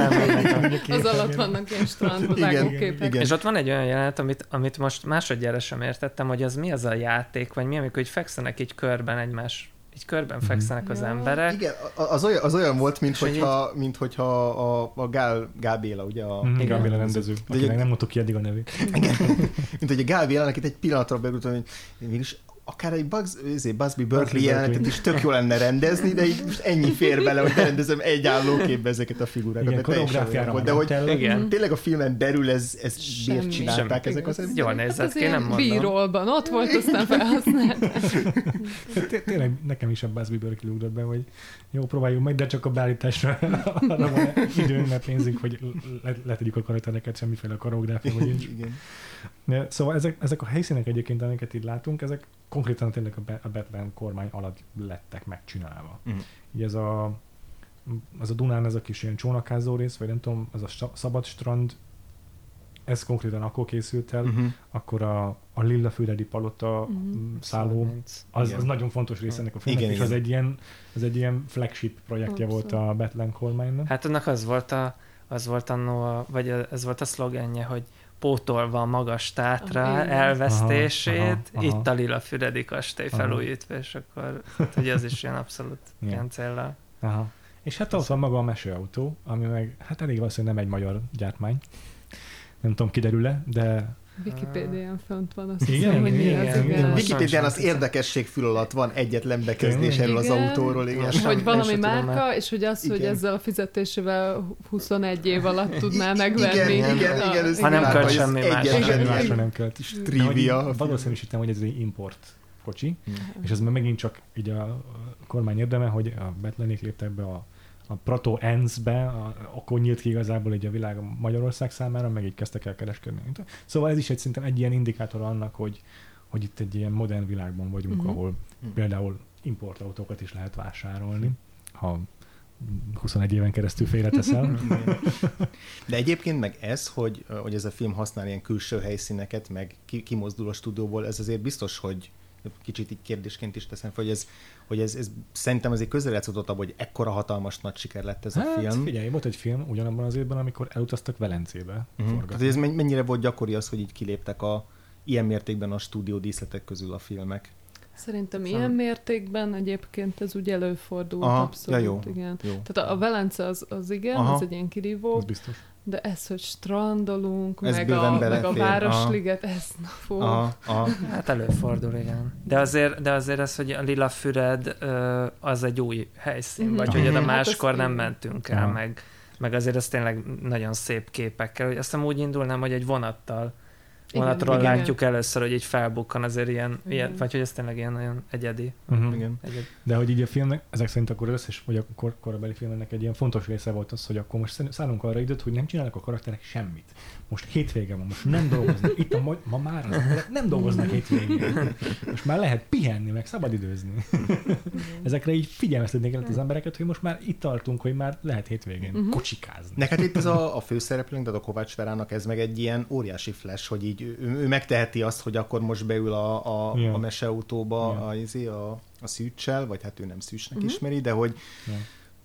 Igen, az alatt vannak ilyen strandvágóképek. És ott van egy olyan jelenet, amit, amit most másodjára sem értettem, hogy az mi az a játék, vagy mi, amikor így fekszenek így körben egymás, így körben fekszenek mm. az ja. emberek. Igen, az olyan, az olyan volt, mint hogyha, mint hogyha a, a Gál, Gál Béla, ugye? A, mm, Gál Béla rendező, akinek nem mondtuk ki eddig a nevét. Igen. Mint hogy a Gál Bélának itt egy pillanatra beugott, hogy mégis akár egy Bugs, Busby Berkeley jelenetet is tök jó lenne rendezni, de így most ennyi fér bele, hogy rendezem egy állóképbe ezeket a figurákat. Igen, koreográfiára de hogy igen. tényleg a filmen belül ez, ez miért csinálták Semmi. ezek az emberek? Jól nézett ki, nem mondom. B-rollban ott volt, aztán felhasználták. Tényleg nekem is a Busby Berkeley ugrott be, hogy jó, próbáljuk meg, de csak a beállításra arra van időnk, mert nézzük, hogy letegyük a karaktereket, semmiféle koreográfia, vagy nincs. Igen. Szóval ezek, ezek a helyszínek egyébként, amiket itt látunk, ezek konkrétan tényleg a Batman kormány alatt lettek megcsinálva. Mm. Így ez a, az a Dunán ez a kis ilyen csónakázó rész, vagy nem tudom, az a szabad strand, ez konkrétan akkor készült el, uh-huh. akkor a, a Lillafüredi palota uh-huh. szálló, az, az nagyon fontos része ennek a filmnek, igen, és igen. Az, egy ilyen, az egy ilyen flagship projektje Abszolút. volt a Batman kormánynak. Hát annak az volt a, az volt annó a, vagy ez volt a szlogenje, hogy pótolva a magas Tátra ah, elvesztését, aha, aha, itt aha. a Lillafüredi kastély felújítva, és akkor hát, hogy az is ilyen abszolút ilyen céllal. Aha. És hát ott van maga a meseautó, ami meg hát elég valószínűleg nem egy magyar gyártmány. Nem tudom, kiderül-e, de... Wikipédián fönt van, azt igen, hiszem, hogy mi igen, az, igen. igen. Wikipédián az érdekesség fül alatt van egyetlen bekezdés erről az autóról. Igen. Hogy valami márka, és hogy az, igen. hogy ezzel a fizetésével huszonegy év alatt tudnál megvenni. Igen, igen, igen. igen ha nem költ semmi más. Semmi másra nem költ. Trivia. Valószínűsítem, hogy ez egy import kocsi, és ez megint csak így a kormány érdeme, hogy a Batmanék léptek be a a Proto Enz-be, akkor nyílt ki igazából így a világ Magyarország számára, meg így kezdtek el kereskedni. Szóval ez is egy szerintem egy ilyen indikátor annak, hogy, hogy itt egy ilyen modern világban vagyunk, uh-huh. ahol uh-huh. például importautókat is lehet vásárolni, ha huszonegy éven keresztül félreteszel. De egyébként meg ez, hogy, hogy ez a film használ ilyen külső helyszíneket, meg kimozdul a stúdióból, ez azért biztos, hogy kicsit így kérdésként is teszem fel, hogy ez, hogy ez, ez szerintem azért közeljátszott abban, hogy ekkora hatalmas nagy siker lett ez hát, a film. Figyelj, volt egy film ugyanabban az évben, amikor elutaztak Velencébe. Uh-huh. Tehát ez mennyire volt gyakori az, hogy így kiléptek a, ilyen mértékben a stúdió díszletek közül a filmek? Szerintem szóval... ilyen mértékben egyébként ez úgy előfordult, aha, abszolút, ja, jó, igen. Jó. Tehát a, a Velence az, az igen, aha. az egy ilyen kirívó. Az biztos. De ez, hogy strandolunk, ez meg a, meg a Városliget, ez na fú. Aha, aha. Hát előfordul, igen. De azért, de azért ez, hogy a Lilafüred az egy új helyszín, mm-hmm. vagy hogy oda máskor hát nem mentünk el, meg, meg azért ez tényleg nagyon szép képekkel, hogy azt nem úgy indulnám, hogy egy vonattal vonatról igen, látjuk igen. először, hogy így felbukkan azért ilyen, ilyen, vagy hogy ez tényleg ilyen nagyon egyedi. Uh-huh. Igen. egyedi. De hogy így a filmnek, ezek szerint akkor összes, vagy a kor, korabeli filmnek egy ilyen fontos része volt az, hogy akkor most szállunk arra időt, hogy nem csinálnak a karakterek semmit. Most hétvége van, most nem dolgoznak. Itt a ma, ma már az emberek nem dolgoznak hétvégén. Most már lehet pihenni, meg szabadidőzni. Ezekre így figyelmeztetni kellett az embereket, hogy most már itt tartunk, hogy már lehet hétvégén uh-huh. kocsikázni. Neked itt ez a, a főszereplőnk, tehát a Kovács Verának ez meg egy ilyen óriási flash, hogy így ő, ő megteheti azt, hogy akkor most beül a, a, yeah. a meseautóba yeah. a, a, a szűccsel, vagy hát ő nem szűcsnek uh-huh. ismeri, de hogy, yeah.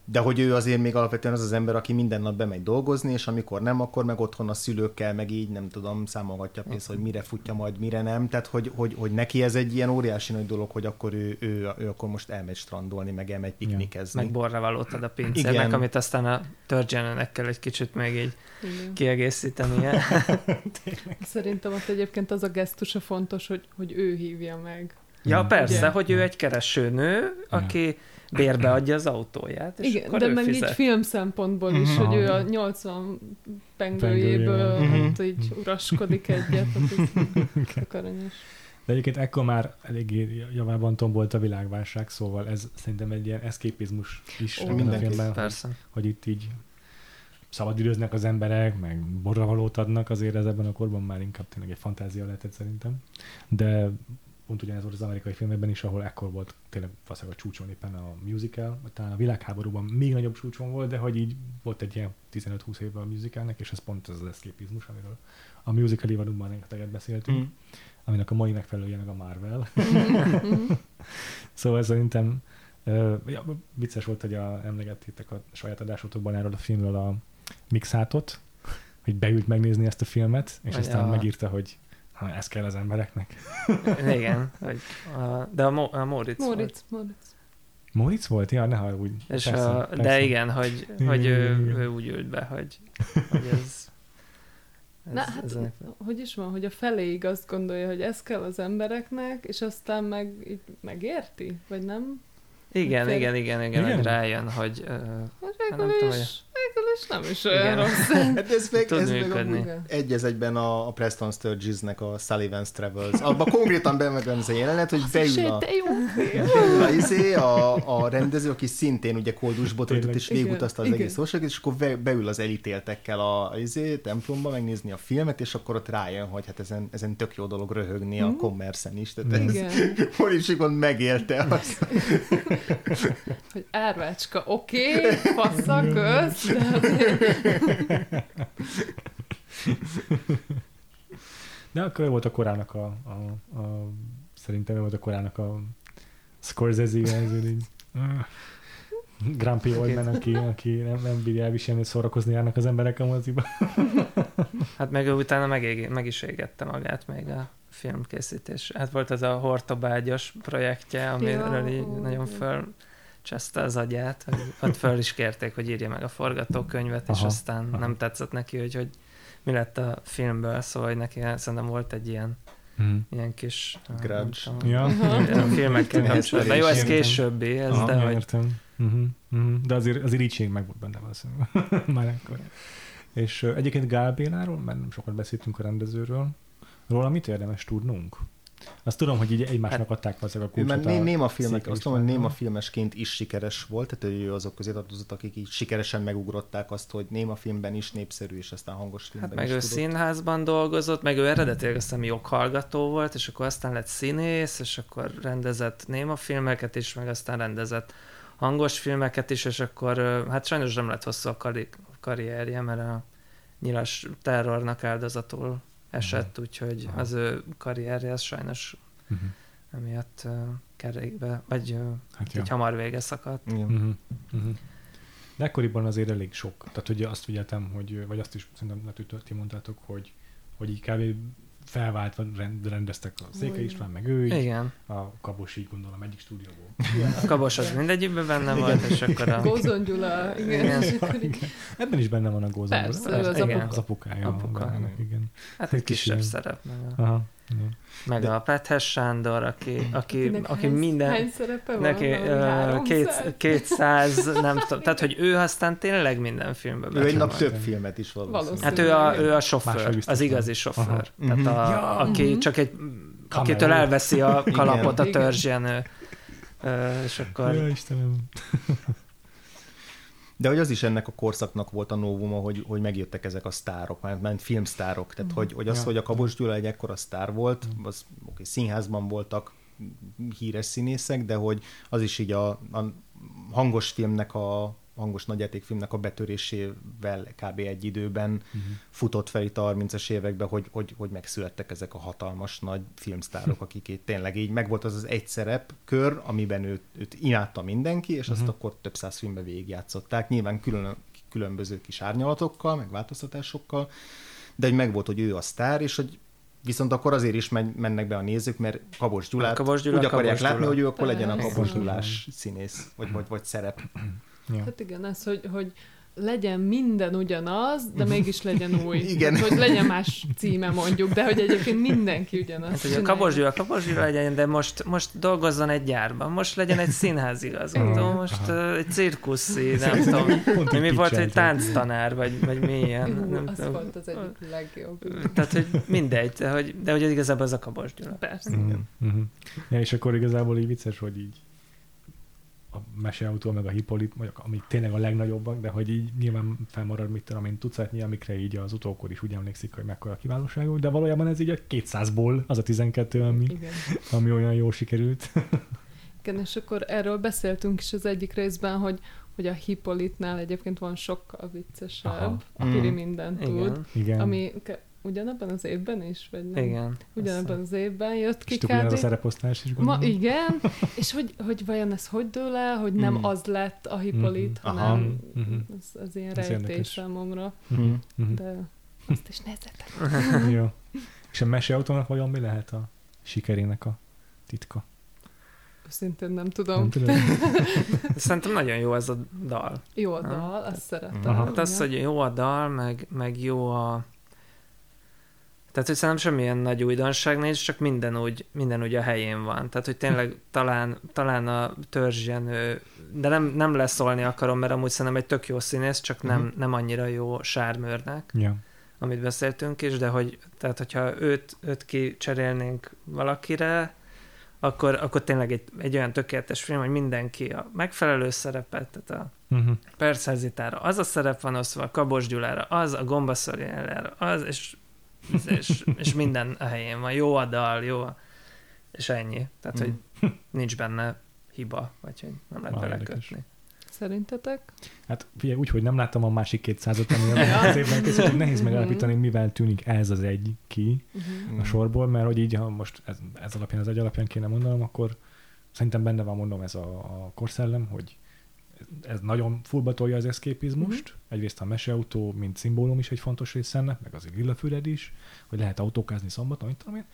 de hogy ő azért még alapvetően az az ember, aki minden nap bemegy dolgozni, és amikor nem, akkor meg otthon a szülőkkel, meg így nem tudom, számolgatja pénzt, hogy mire futja majd, mire nem. Tehát, hogy, hogy, hogy neki ez egy ilyen óriási nagy dolog, hogy akkor ő, ő, ő akkor most elmegy strandolni, meg elmegy piknikezni. Meg borra valót ad a pincérnek, amit aztán a Törgyenőnek kell egy kicsit még így igen. kiegészítenie. Szerintem ott egyébként az a gesztusa fontos, hogy, hogy ő hívja meg. Ja, persze, ugye? Hogy ő egy keresőnő, aki bérbe adja az autóját, és igen, akkor de ő meg fizet. így film szempontból is, uh-huh. hogy ő a nyolcvan pengőjéből Pengője. hát így uraskodik egyet, hát aranyos. De egyébként ekkor már eléggé javában tombolt a világválság, szóval ez szerintem egy ilyen eszképizmus is Ó, ebben a filmben, persze. hogy, hogy itt így szabadidőznek az emberek, meg borravalót adnak, azért ez ebben a korban már inkább tényleg egy fantázia lehetett szerintem. De pont ugyanez volt az amerikai filmekben is, ahol ekkor volt tényleg valószínűleg a csúcson éppen a musical, talán a világháborúban még nagyobb csúcson volt, de hogy így volt egy ilyen tizenöt-húsz évvel a musicalnek, és ez pont az az eszképizmus, amiről a musical évadukban rengeteget beszéltünk, mm. aminek a mai megfelelője meg a Marvel. Szóval szerintem uh, ja, vicces volt, hogy a, emlegettétek a saját adásotokban erről a filmről a Mixátot, hogy beült megnézni ezt a filmet, és vagy aztán a... megírta, hogy ha ez kell az embereknek. Igen, hogy a, de a, Mo, a Móricz Móricz, volt. Móricz. Móricz volt? Ja, ne haragudj. És persze, a, persze. de igen, hogy, hogy igen, ő, igen. ő úgy ült be, hogy, hogy ez... ez Na, hát, ez hogy is van, hogy a feléig azt gondolja, hogy ez kell az embereknek, és aztán meg így megérti, vagy nem? igen, Fél... igen, igen, igen, Igen? hogy rájön, hogy... Uh, Hát nem végül tudom, is, hogy- végül is nem is olyan Igen. rossz. Hát ez meg, Tud ez meg működni. amúgy egy ez egyben a, a Preston Sturgesnek a Sullivan's Travels. Abban konkrétan bemegvan ez a jelenet, hogy beül a, Te jó film. beül a, izé, a, a rendező, aki szintén ugye koldusból töltött, és Igen, végigutazta az igen. egész országot, és akkor be, beül az elítéltekkel a, a izé, templomba megnézni a filmet, és akkor ott rájön, hogy hát ezen, ezen tök jó dolog röhögni a Commerce-en is. Tehát ez Igen. Moritz megélte azt. Hogy árvácska, oké, okay, passza, kösz, de azért... De akkor ő volt a korának a, a, a szerintem ő volt a korának a Scorsese, ez így Grumpy Old Man, aki, aki nem, nem bírja elviselni, hogy szórakozni járnak az emberek a moziba. Hát meg ő utána meg, meg is égette magát még a filmkészítés. Hát volt az a Hortobágyas projektje, amiről így nagyon fölcseszte az agyát, hogy ott föl is kérték, hogy írja meg a forgatókönyvet, aha, és aztán aha. nem tetszett neki, hogy, hogy mi lett a filmből, szóval hogy neki szerintem volt egy ilyen Hmm. ilyen kis grudge. Ja. A filmekkel kapcsolatban. Jó, ez későbbi, ez, aha, de ja, hogy... Értem. Uh-huh. Uh-huh. De azért, azért így meg volt benne valószínűleg. Már ekkor. És uh, egyébként Gál Béláról, mert nem sokat beszéltünk a rendezőről, róla mit érdemes tudnunk? Azt tudom, hogy így egymásnak adták valószínűleg a kulcsot. Mert Néma filmek, azt tudom, hogy Néma filmesként is sikeres volt, tehát ő azok közé tartozott, akik így sikeresen megugrották azt, hogy Néma filmben is népszerű, és aztán hangos filmben hát meg is ő tudott. Színházban dolgozott, meg ő eredetileg azt hiszem joghallgató volt, és akkor aztán lett színész, és akkor rendezett Néma filmeket is, meg aztán rendezett hangos filmeket is, és akkor hát sajnos nem lett hosszú a karri- karrierje, mert a nyilas terrornak áldozatul esett, uh-huh. úgyhogy uh-huh. az ő karrierje az sajnos uh-huh. emiatt uh, kerékbe, vagy uh, hát így hamar vége szakadt. Uh-huh. Uh-huh. De ekkoriban azért elég sok. Tehát ugye azt figyeltem, hogy, vagy azt is szerintem lehet, hogy ti mondtátok, hogy, hogy így kb. Felváltva rendeztek a Székely István, meg ő, így, igen. a Kabos így gondolom egyik stúdióból. A Kabos az mindegyikben benne volt, és akkor a... Gózon Gyula, igen. igen. igen. Ebben is benne van a Gózon Gyula. Persze, az, igen. apuka. Az apukája. Apuka. Van, igen. Hát egy kisebb ilyen szerep. Meg a, aha, meg de... a Pethes Sándor, aki, aki, aki hány, minden... Hány szerepe neki, van? Uh, két, kétszáz, nem tudom, tehát hogy ő aztán tényleg minden filmben. Ő egy nap több filmet is valószínűleg. Hát ő a, ő a sofőr, az igazi sofőr. Aha. Tehát a, ja, aki uh-huh. csak egy, akitől elveszi a kalapot a Törzsjenő. Uh, és akkor... Ja, Istenem. De hogy az is ennek a korszaknak volt a novuma, hogy, hogy megjöttek ezek a sztárok, már, már filmsztárok. Tehát, mm. hogy, hogy az, ja. hogy a Kabos Gyula egy ekkora sztár volt, az okay, színházban voltak híres színészek, de hogy az is így a, a hangos filmnek a hangos nagyjátékfilmnek a betörésével kb. Egy időben uh-huh. futott fel itt a harmincas években, hogy, hogy, hogy megszülettek ezek a hatalmas nagy filmsztárok, akik itt tényleg így megvolt az az egy szerepkör, amiben őt, őt imádta mindenki, és uh-huh. azt akkor több száz filmben végigjátszották. Nyilván külön, különböző kis árnyalatokkal, meg változtatásokkal, de hogy megvolt, hogy ő a sztár, és hogy viszont akkor azért is mennek be a nézők, mert Kabos Gyulát Kabos Gyula, úgy akarják Kabos látni, Gyula. hogy ő akkor legyen a Persze. Kabos Gyulás színész, vagy, vagy, vagy szerep. Ja. Hát igen, ez, hogy, hogy legyen minden ugyanaz, de mégis legyen új. Igen. Hát, hogy legyen más címe mondjuk, de hogy egyébként mindenki ugyanaz. Hát, hogy a Kabos Gyula, Kabos Gyula legyen, de most, most dolgozzon egy gyárban, most legyen egy színházigazgató, most uh, egy cirkuszi, nem tudom, Pont így mi volt, egy pitcheltek. tánctanár, vagy, vagy milyen. Hú, nem az tudom. volt az egyik legjobb. Tehát, hogy mindegy, de hogy, de hogy igazából az a Kabos Gyula. Persze. Mm, mm-hmm. Ja, és akkor igazából így vicces, hogy így a Meseautó, meg a Hippolit, vagy amik tényleg a legnagyobbak, de hogy így nyilván felmarad, mit tudom én, tucatnyi, amikre így az utókor is úgy emlékszik, hogy mekkora kiválóságú, de valójában ez így a kétszázból az a tizenkettő, ami, Igen. ami olyan jól sikerült. Igen, és akkor erről beszéltünk is az egyik részben, hogy, hogy a Hippolitnál egyébként van sokkal viccesebb, Aha. a Piri Mm. mindent Igen. tud, Igen. ami ke- ugyanabban az évben is, vagy nem? Igen. Ugyanabban az évben jött ki És ugyanaz a kb. szereposztás is Ma, gondolom. igen, és hogy, hogy vajon ez hogy dől el, hogy nem Mm. az lett a Hippolit, Mhm. Aha. hanem Mhm. ez, ez ilyen Ez rejtés érdekes. számomra, Mhm. Mhm. de azt is nézzetek. Jó. És a Meseautónak vajon mi lehet a sikerének a titka? Szintén nem tudom. Nem tudom. Szerintem nagyon jó ez a dal. Jó a Ha? dal, azt szeretem. Aha. Hát az, hogy jó a dal, meg, meg jó a... Tehát, hogy szerintem semmilyen nagy újdonság nincs, csak minden úgy, minden úgy a helyén van. Tehát, hogy tényleg talán, talán a törzsjenő, de nem, nem leszólni akarom, mert amúgy szerintem egy tök jó színész, csak nem, Mhm. nem annyira jó sármőrnek, Ja. amit beszéltünk is, de hogy, tehát, hogyha őt, őt kicserélnénk valakire, akkor, akkor tényleg egy, egy olyan tökéletes film, hogy mindenki a megfelelő szerepet, tehát a Uh-huh. Persze-Zitára az a szerep van osztva, a Kabos Gyulára az, a Gombaszorjára az, és, és, és minden a helyén van. Jó a dal, jó a... És ennyi. Tehát, hogy nincs benne hiba, vagy hogy nem lehet Már belekötni. érdekes. Szerintetek? Hát figyelj, úgy, hogy nem láttam a másik kétszázat, ami az évben készült, hogy nehéz megállapítani, mivel tűnik ez az egy ki Uh-huh. a sorból, mert hogy így, ha most ez, ez alapján, az egy alapján kéne mondanom, akkor szerintem benne van, mondom, ez a, a korszellem, hogy ez nagyon fullba tolja az eszképizmust. Uh-huh. Egyrészt a Meseautó, mint szimbólum is egy fontos része ennek, meg az Lillafüred is, hogy lehet autókázni szombaton, mit tudom én.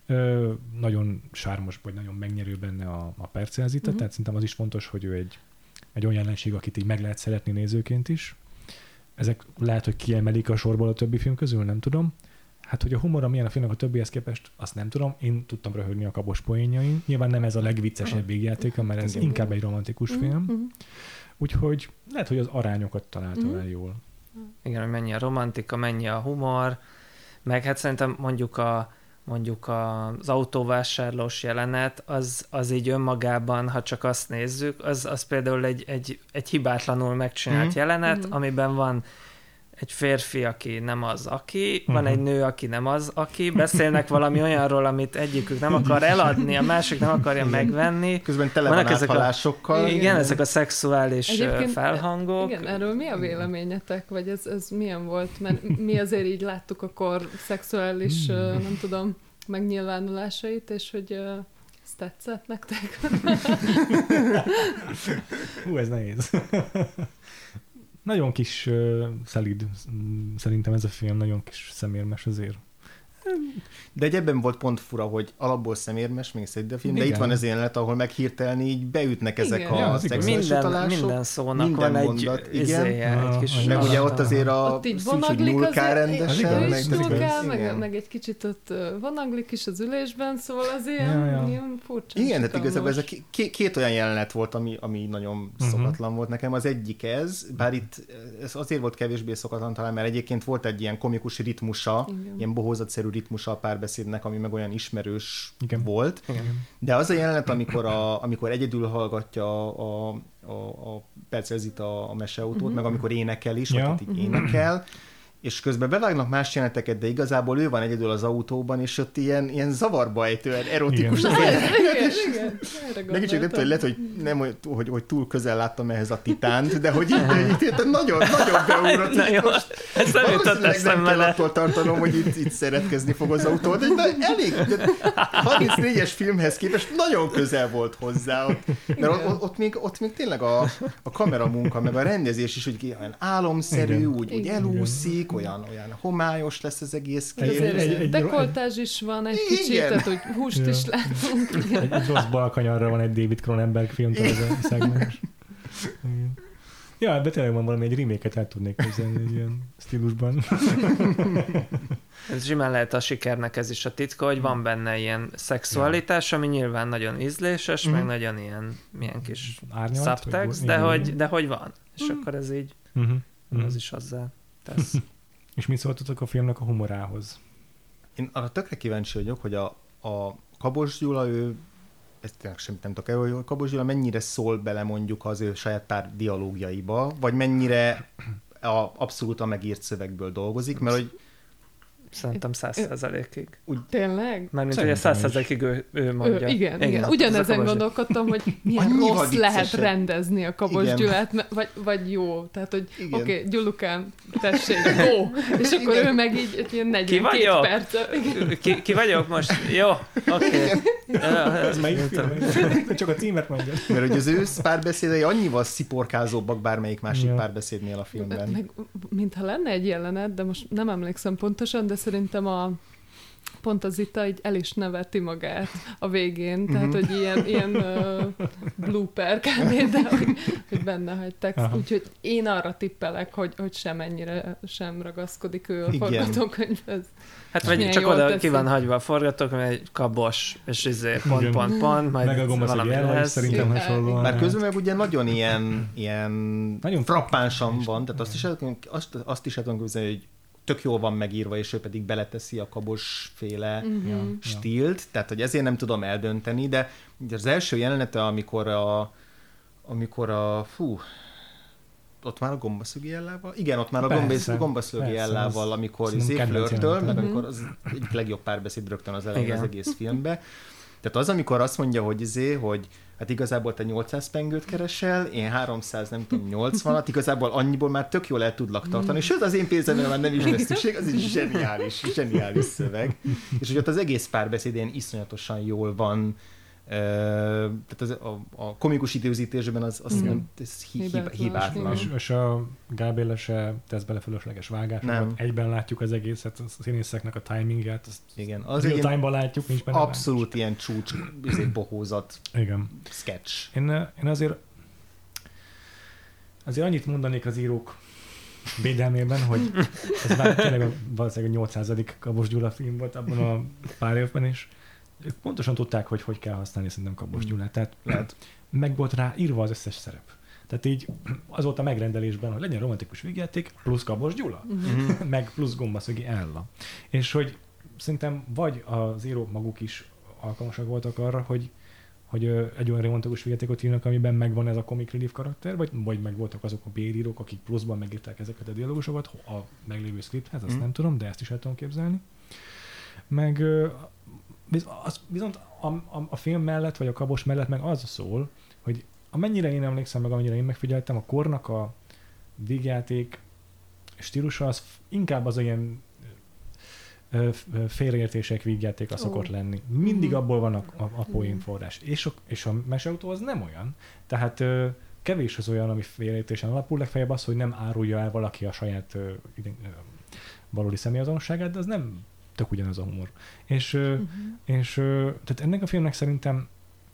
Ö, nagyon sármos, vagy nagyon megnyerő benne a, a Percelzita, uh-huh. tehát szerintem az is fontos, hogy ő egy, egy olyan jelenség, akit így meg lehet szeretni nézőként is. Ezek lehet, hogy kiemelik a sorból a többi film közül, nem tudom. Hát, hogy a humora milyen a filmnek a többihez képest, azt nem tudom. Én tudtam röhögni a Kabos poénjain. Nyilván nem ez a legviccesebb végjátéka, mert ez Igen. inkább egy romantikus Uh-huh. film. Uh-huh. Úgyhogy lehet, hogy az arányokat találtam Mhm. el jól. Igen, hogy mennyi a romantika, mennyi a humor, meg hát szerintem mondjuk a mondjuk a, az autóvásárlós jelenet, az, az így önmagában, ha csak azt nézzük, az, az például egy, egy, egy hibátlanul megcsinált Mhm. jelenet, Mhm. amiben van egy férfi, aki nem az, aki, van Mhm. egy nő, aki nem az, aki, beszélnek valami olyanról, amit egyikük nem akar eladni, a másik nem akarja megvenni. Közben tele Vannak van ezek a- áthalásokkal. Igen, Igen. ezek a szexuális Egyébként- felhangok. Igen, erről mi a véleményetek? Vagy ez, ez milyen volt? Mert mi azért így láttuk akkor szexuális, Mm. uh, nem tudom, megnyilvánulásait, és hogy uh, ez tetszett nektek? Hú, ez nehéz. Nagyon kis uh, szelíd, mm, szerintem ez a film, nagyon kis szemérmes azért. De egy ebben volt pont fura, hogy alapból szemérmes, még szedd a film, de Igen. itt van ez jelenet, ahol meghirdetlen így beütnek ezek Igen. a Ja, az igaz. szexuális Minden, utalások. minden szónak minden van egy mondat, igen. izéje, egy Ah, kis... ah, Meg ah, ugye ah, ott azért a Ott így szűcs, hogy vonaglik nyúlkál azért, rendesen. igaz, meg, ez meg, igaz. nyúlkál, igen. meg, meg egy kicsit ott uh, vonaglik is az ülésben, szóval az ilyen, Ja, ja. ilyen furcsa. Igen, tehát igazából ez a két, két olyan jelenet volt, ami, ami nagyon Uh-huh. szokatlan volt nekem. Az egyik ez, bár itt ez azért volt kevésbé szokatlan talán, mert egyébként volt egy ilyen komikus ritmusa, Igen. ilyen bohózatszerű ritmusa a párbeszédnek, ami meg olyan ismerős Igen. volt. Igen. De az a jelenet, amikor, a, amikor egyedül hallgatja a, a, a Percelzita a meseautót, Mhm. meg amikor énekel is, Ja. vagy hát így Mhm. énekel, és közben bevágnak más jeleneteket, de igazából ő van egyedül az autóban, és ott ilyen, ilyen zavarba ejtően, erotikus. Igen, igen, igen. Megint csak nem tudom, lehet, hogy, nem, hogy, hogy, hogy túl közel láttam ehhez a Titánt, de hogy így, így nagyon, nagyon beugrott. Na jó, ez nem jutott eszembe. Nem kell attól tartanom, hogy itt, itt szeretkezni fog az autó, de, de elég, de harmincnégyes filmhez képest nagyon közel volt hozzá. Ott, mert ott, ott, még, ott még tényleg a, a kameramunka, meg a rendezés is úgy olyan álomszerű, igen. úgy, úgy elúszik, olyan, olyan homályos lesz az egész kép. Egy, egy, egy, dekoltázs is van egy igen. kicsit, tehát hogy húst ja. is látunk. Egy, egy rossz balkanyarra van egy David Cronenberg filmtől ez a szegmens. Ja, de tényleg van valami, egy remake-et el tudnék képzelni egy ilyen stílusban. Ez simán lehet a sikernek ez is a titka, hogy van benne ilyen szexualitás, ami nyilván nagyon ízléses, mm. meg nagyon ilyen milyen kis subtext, de hogy, de hogy van. És mm. akkor ez így, mm-hmm. az is azzal tesz. És mit szóltatok a filmnek a humorához? Én arra tökre kíváncsi vagyok, hogy a, a Kabos Gyula, ő, ezt tényleg semmit nem tudok el, hogy Kabos Gyula mennyire szól bele mondjuk az ő saját pár dialógjaiba, vagy mennyire a, abszolút a megírt szövegből dolgozik, mert hogy szerintem száz százalékig. Úgy tényleg? Mármint ugye száz százalékig ő, ő mondja. Ő, igen, igen. igen. Ugyanezen gondolkodtam, hogy milyen Annyi rossz lehet rendezni a Kabos igen. Gyulát, vagy, vagy jó. Tehát, hogy oké, okay, Gyulukám, tessék, ó! És akkor igen. ő meg így egy ilyen negyvenkét perc. Ki, ki vagyok most? Jó, oké. Okay. Ez melyik film? Csak a címet mondja. Mert hogy az ő párbeszédei annyival sziporkázóbbak bármelyik másik ja. párbeszédnél a filmben. Meg, mintha lenne egy jelenet, de most nem emlékszem pontosan, de szerintem a pont az Zita így el is neveti magát a végén, tehát, mm-hmm. hogy ilyen, ilyen uh, blooper kb, de hogy, hogy benne hagyták. Úgyhogy én arra tippelek, hogy, hogy semennyire sem ragaszkodik ő a forgatókönyvhez. Hát vagy csak oda teszi. Ki van hagyva a forgatókönyv, egy kabos, és izé pont, igen. pont, pont, majd meg a valami lesz. Szerintem hasonlóan. Már közben meg ugye nagyon ilyen, ilyen nagyon frappánsan van, tehát azt is, azt, azt is el tudom képzelni, hogy tök jól van megírva, és ő pedig beleteszi a kabosféle uh-huh. stílt, tehát hogy ezért nem tudom eldönteni, de az első jelenete, amikor a, amikor a fú, ott már a gombaszögi ellával? Igen, ott már a persze, gombaszögi ellával, amikor flörtöl, meg amikor az egyik legjobb párbeszéd rögtön az elején az egész filmben. Tehát az, amikor azt mondja, hogy izé, hogy hát igazából te nyolcszáz pengőt keresel, én háromszáz, nem tudom, nyolcvanat, igazából annyiból már tök jól el tudlak tartani, sőt az én pénzemre már nem is lesz szükség, az egy zseniális, zseniális szöveg. És hogy ott az egész párbeszédén iszonyatosan jól van, Uh, tehát az, a, a komikus időzítésben az, az nem, ez hi, hibátlan. hibátlan. És, és a Gábéla se tesz bele fölösleges vágásokat. Egyben látjuk az egészet, a színészeknek a timingját, azt igen, az real time-ban látjuk, nincs benne. Abszolút vágás. Ilyen csúcs, bohózat, igen. sketch. Én, én azért azért annyit mondanék az írók védelmében, hogy ez már tényleg valószínűleg a nyolcszázadik Kabos Gyula film volt abban a pár évben is. Ők pontosan tudták, hogy hogy kell használni szerintem Kabos Gyulát. Tehát lehet, meg volt rá írva az összes szerep. Tehát így az volt a megrendelésben, hogy legyen romantikus végjáték, plusz Kabos Gyula, uh-huh. meg plusz Gombaszögi Ella. És hogy szerintem vagy az írók maguk is alkalmasak voltak arra, hogy, hogy egy olyan romantikus végjátékot írnak, amiben megvan ez a comic relief karakter, vagy, vagy meg voltak azok a bérírók, akik pluszban megírták ezeket a dialógusokat a meglévő scripthez, azt uh-huh. nem tudom, de ezt is el tudom képzelni. Meg az, viszont a, a, a film mellett, vagy a Kabos mellett meg az szól, hogy amennyire én emlékszem, meg amennyire én megfigyeltem, a kornak a végjáték stílusa az inkább az ilyen félreértések végjátéka szokott oh. lenni. Mindig abból van a, a, a poénforrás. És a, és a meseautó az nem olyan. Tehát ö, kevés az olyan, ami félreértésen alapul, legfeljebb az, hogy nem árulja el valaki a saját ö, ö, valódi személyazonosságát, de az nem tök ugyanaz a humor. És, uh-huh. és tehát ennek a filmnek szerintem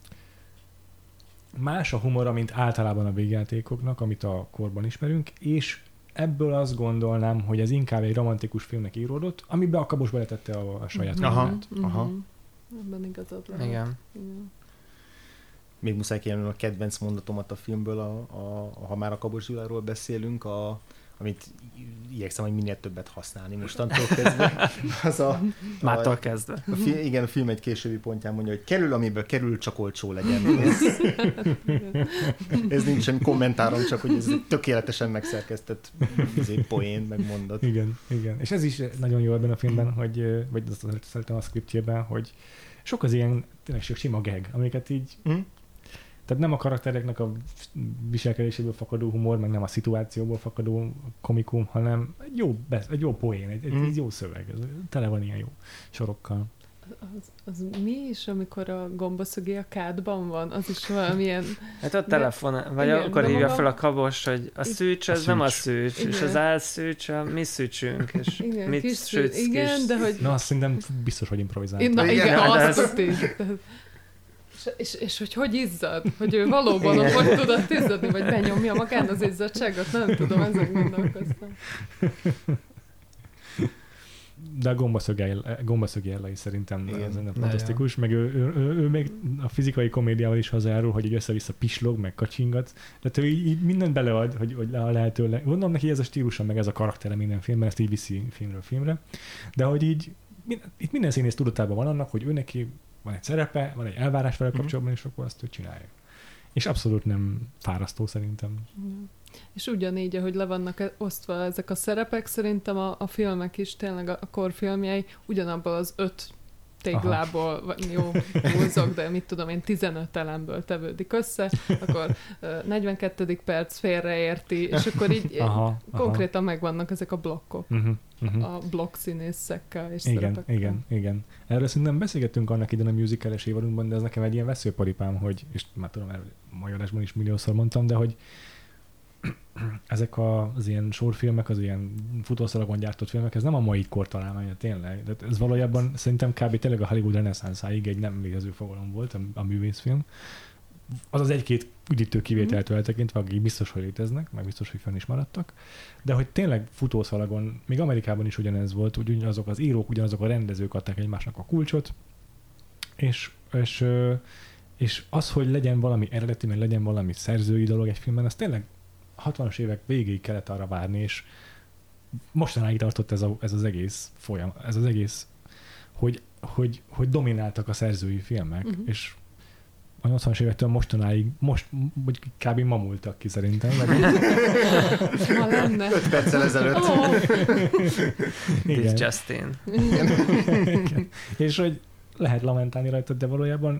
más a humora, mint általában a végjátékoknak, amit a korban ismerünk, és ebből azt gondolnám, hogy ez inkább egy romantikus filmnek íródott, amiben a Kabos beletette a, a saját uh-huh. humorát. Uh-huh. Aha. Ebben igazad lehet. Igen. Igen. Még muszáj kiemelni a kedvenc mondatomat a filmből, a, a, a, ha már a Kabos Gyuláról beszélünk, a amit igyekszem, hogy minél többet használni mostantól kezdve. Az a, Mától a, kezdve. A fi, igen, a film egy későbbi pontján mondja, hogy kerül, amiből kerül, csak olcsó legyen. Ez, ez nincs semmi kommentárom, csak hogy ez egy tökéletesen megszerkesztett poén, meg mondat. Igen, igen. És ez is nagyon jó ebben a filmben, hogy, vagy azt szeretem a szkriptjében, hogy sok az ilyen tényleg sima gag, amiket így mm. Tehát nem a karaktereknek a viselkedéséből fakadó humor, meg nem a szituációból fakadó komikum, hanem egy jó, egy jó poén, egy, egy, egy jó szöveg. Ez tele van ilyen jó sorokkal. Az, az mi is, amikor a gombaszögi a kádban van? Az is valamilyen... Hát ott telefon, vagy igen, akkor hívja maga... fel a kabos, hogy a szűcs, az a nem a szűcs, igen. És az álszűcs a mi szűcsünk, és igen, mit sütsz kis... Igen, de hogy... Na, azt szerintem biztos, hogy improvizáltam. Na igen, igen azt azt is. És, és, és hogy hogy izzad? Hogy ő valóban ott hogy tudott izzadni, vagy benyomja magán az izzadságot? Nem tudom, ezek gondolkoztam. De a gombaszögi ellai szerintem igen, fantasztikus, meg ő, ő, ő, ő még a fizikai komédiával is hazárul, hogy így össze-vissza pislog, meg kacsingat, tehát ő így, így mindent belead, hogy, hogy a lehető leg... Gondolom neki ez a stílusa, meg ez a karaktere minden filmben, ezt így viszi filmről filmre, de hogy így itt minden színész tudatában van annak, hogy ő neki van egy szerepe, van egy elvárás vele kapcsolatban, és akkor azt ő csinálja. És abszolút nem fárasztó szerintem. Mm. És ugyanígy, ahogy le vannak osztva ezek a szerepek, szerintem a, a filmek is, tényleg a, a korfilmjei ugyanabból az öt téglából, vagy jó, húzok, de mit tudom én, tizenöt elemből tevődik össze, akkor uh, negyvenkettedik perc félreérti, és akkor így aha, konkrétan aha. megvannak ezek a blokkok. Uh-huh, uh-huh. A blokk színészekkel és igen, szerepekkel. Igen, igen. Erről szerintem beszélgettünk annak idején a musical-es évadunkban, de ez nekem egy ilyen veszőparipám, hogy, és már tudom, erről magyarásban is milliószor mondtam, de hogy ezek az ilyen sorfilmek, az ilyen futószalagon gyártott filmek, ez nem a mai kor találmánya tényleg. De ez valójában szerintem kb. Tényleg a Hollywood reneszánszáig egy nem létező fogalom volt a, a művészfilm. Az az egy-két üdítő kivételtől eltekintve, akik biztos, hogy léteznek, meg biztos, hogy fenn is maradtak. De hogy tényleg futószalagon, még Amerikában is ugyanez volt, úgy ugyanazok az írók, ugyanazok a rendezők adták egymásnak a kulcsot, és, és, és az, hogy legyen valami eredeti, meg legyen valami szerzői dolog egy filmben, az tényleg hatvanas évek végéig kellett arra várni, és mostanáig tartott ez, a, ez az egész folyam, ez az egész, hogy, hogy, hogy domináltak a szerzői filmek, uh-huh. és a nyolcvanas évektől mostanáig, most, vagy kb. Ma múltak ki szerintem. Ha lenne. Öt perccel ezelőtt. Oh. This Justin. És hogy lehet lamentálni rajta, de valójában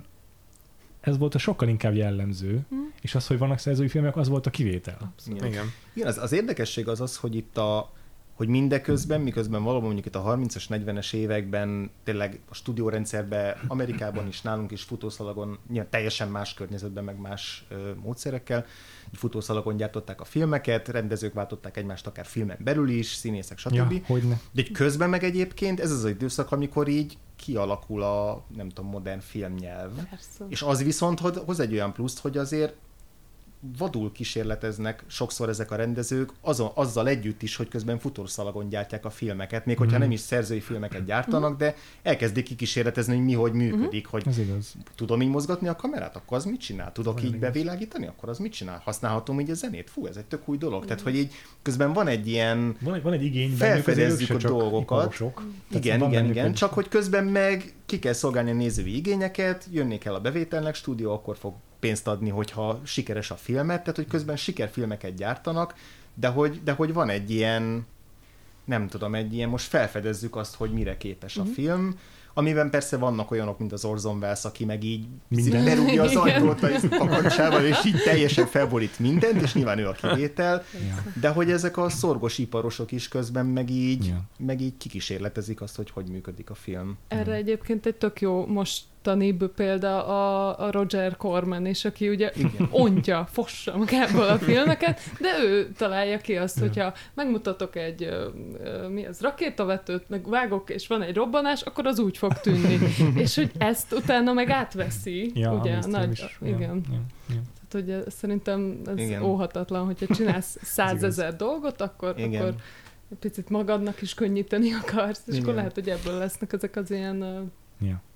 ez volt a sokkal inkább jellemző, hmm. és az, hogy vannak szerzői filmek, az volt a kivétel. Igen. Igen. Igen, az, az érdekesség az az, hogy itt a hogy mindeközben, miközben valóban mondjuk itt a harmincas, negyvenes években tényleg a stúdiórendszerben, Amerikában is, nálunk is futószalagon, nyilván teljesen más környezetben, meg más ö, módszerekkel, így futószalagon gyártották a filmeket, rendezők váltották egymást akár filmen belül is, színészek, stb. Ja, hogyne. De egy közben meg egyébként ez az az időszak, amikor így kialakul a, nem tudom, modern filmnyelv. Persze. És az viszont hoz egy olyan pluszt, hogy azért vadul kísérleteznek sokszor ezek a rendezők, azon, azzal együtt is, hogy közben futószalagon gyártják a filmeket, még mm. hogyha nem is szerzői filmeket gyártanak, de elkezdik kikísérletezni, hogy mi hogy működik, hogy tudom így mozgatni a kamerát, akkor az mit csinál? Tudok így bevilágítani, akkor az mit csinál? Használhatom így a zenét? Fú, ez egy tök új dolog. Tehát, hogy így közben van egy ilyen van egy, van egy igény, felfedezzük a dolgokat. Igen, igen, igen, csak hogy közben meg ki kell szolgálni a nézői igényeket, jönni kell a bevételnek, stúdió akkor fog pénzt adni, hogyha sikeres a filmet, tehát hogy közben sikerfilmeket gyártanak, de hogy, de hogy van egy ilyen, nem tudom, egy ilyen, most felfedezzük azt, hogy mire képes uh-huh. a film, amiben persze vannak olyanok, mint az Orson Welles, aki meg így berúgja az ajtót a pakancsával, és így teljesen felborít mindent, és nyilván ő a kivétel, de hogy ezek a szorgos iparosok is közben meg így, ja. meg így kikísérletezik azt, hogy hogy működik a film. Erre egyébként egy tök jó most taníbb példa a, a Roger Corman is, aki ugye igen. ontja, fossa magából a filmeket, de ő találja ki azt, ja. hogyha megmutatok egy ö, ö, mi az, rakétavetőt, meg vágok, és van egy robbanás, akkor az úgy fog tűnni. És hogy ezt utána meg átveszi, ja, ugye, nagy, is. igen. Ja, ja, ja. Tehát, hogy szerintem ez igen. óhatatlan, hogyha csinálsz százezer dolgot, akkor, akkor egy picit magadnak is könnyíteni akarsz, és igen. akkor lehet, hogy ebből lesznek ezek az ilyen... Ja.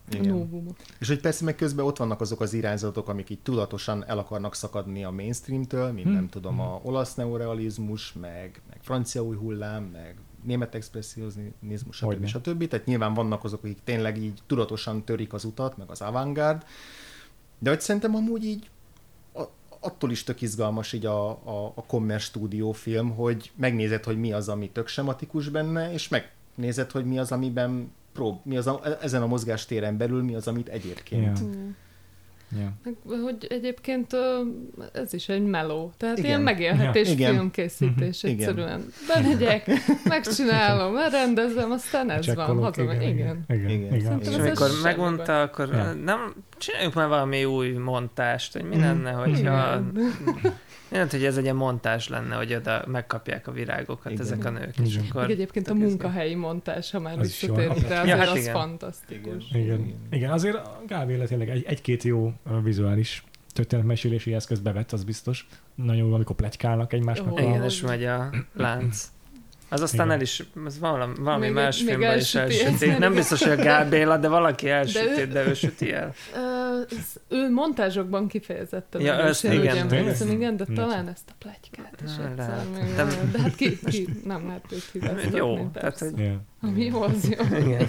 novum. És hogy persze meg közben ott vannak azok az irányzatok, amik így tudatosan el akarnak szakadni a mainstreamtől, mint hmm. nem tudom, a olasz neorealizmus, meg, meg francia új hullám, meg német expresszionizmus, stb. stb. Tehát nyilván vannak azok, akik tényleg így tudatosan törik az utat, meg az avantgárd, de hogy szerintem amúgy így a, attól is tök izgalmas így a, a, a commerce stúdiófilm, hogy megnézed, hogy mi az, ami tök sematikus benne, és megnézed, hogy mi az, amiben prób, mi az a, ezen a mozgástéren belül mi az, amit egyébként. Yeah. Yeah. Meg, hogy egyébként ez is egy meló. Tehát igen. ilyen megélhetés ja. filmkészítés. Mm-hmm. Egyszerűen bemegyek, megcsinálom, rendezem, aztán ez van. Hazamegyek. Igen. Igen. Igen. Igen. És amikor megmondta, akkor ja. nem csináljuk már valami új montást, hogy mi lenne, hogyha... Én hogy ez egy ilyen montázs lenne, hogy oda megkapják a virágokat igen. ezek a nők. És akkor egyébként a munkahelyi montázs, ha már visszatérünk rá, azért ja, hát az igen. fantasztikus. Igen. Igen. igen, azért a Gabriele tényleg egy, egy-két jó vizuális történetmesélési eszköz bevett, az biztos. Nagyon jó, amikor pletykálnak egymásnak. Oh, igen, és megy a lánc. Az aztán igen. el is, az valami, valami még, más még filmben is elsüti. Nem biztos, hogy a Gál Béla, de valaki elsüti, de ő, de ő süti el. Uh, ő montázsokban kifejezetten. Ja, ezt, igen. Persze, igen, de talán ezt a pletykát is egyszer még. De, de hát ki, ki nem lehet őt hibáztatni. Jó, tehát, hogy... Yeah. Ami jó, az jó. Igen.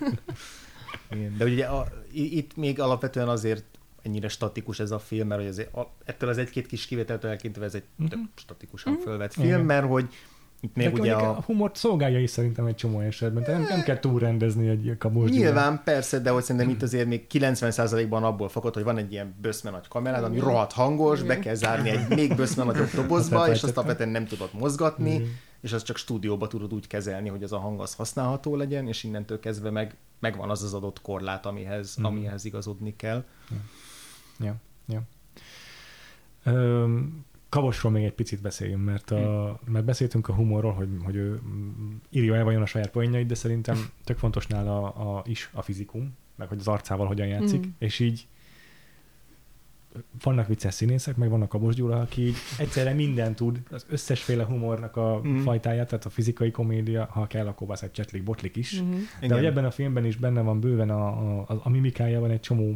Igen. De ugye a, itt még alapvetően azért ennyire statikus ez a film, mert hogy azért, ettől az egy-két kis kivételtől elkintve ez egy uh-huh. tök statikusan uh-huh. fölvett film, igen. mert hogy itt még de ugye a... a humort szolgálja is szerintem egy csomó esetben, tehát nem, nem kell túlrendezni egy kabos. Nyilván, persze, de hogy szerintem itt azért még kilencven százalékban abból fakad, hogy van egy ilyen böszme nagy kamerád, ami rohadt hangos, be kell zárni egy még böszme nagyobb dobozba, és azt alapvetően nem tudod mozgatni, mm. és azt csak stúdióba tudod úgy kezelni, hogy az a hang az használható legyen, és innentől kezdve meg, megvan az az adott korlát, amihez, mm. amihez igazodni kell. Ja, ja. ja. Um, Kabosról még egy picit beszéljünk, mert, a, mert beszéltünk a humorról, hogy, hogy ő írja el vajon a saját poénjait, de szerintem tök fontos nála a, a, is a fizikum, meg hogy az arcával hogyan játszik, mm. és így vannak vicces színészek, meg vannak Kabos Gyula, aki így egyszerre mindent tud, az összesféle humornak a mm. fajtáját, tehát a fizikai komédia, ha kell, akkor az egy csetlik, botlik is, mm. de hogy ebben a filmben is benne van bőven a, a, a, a mimikája, van egy csomó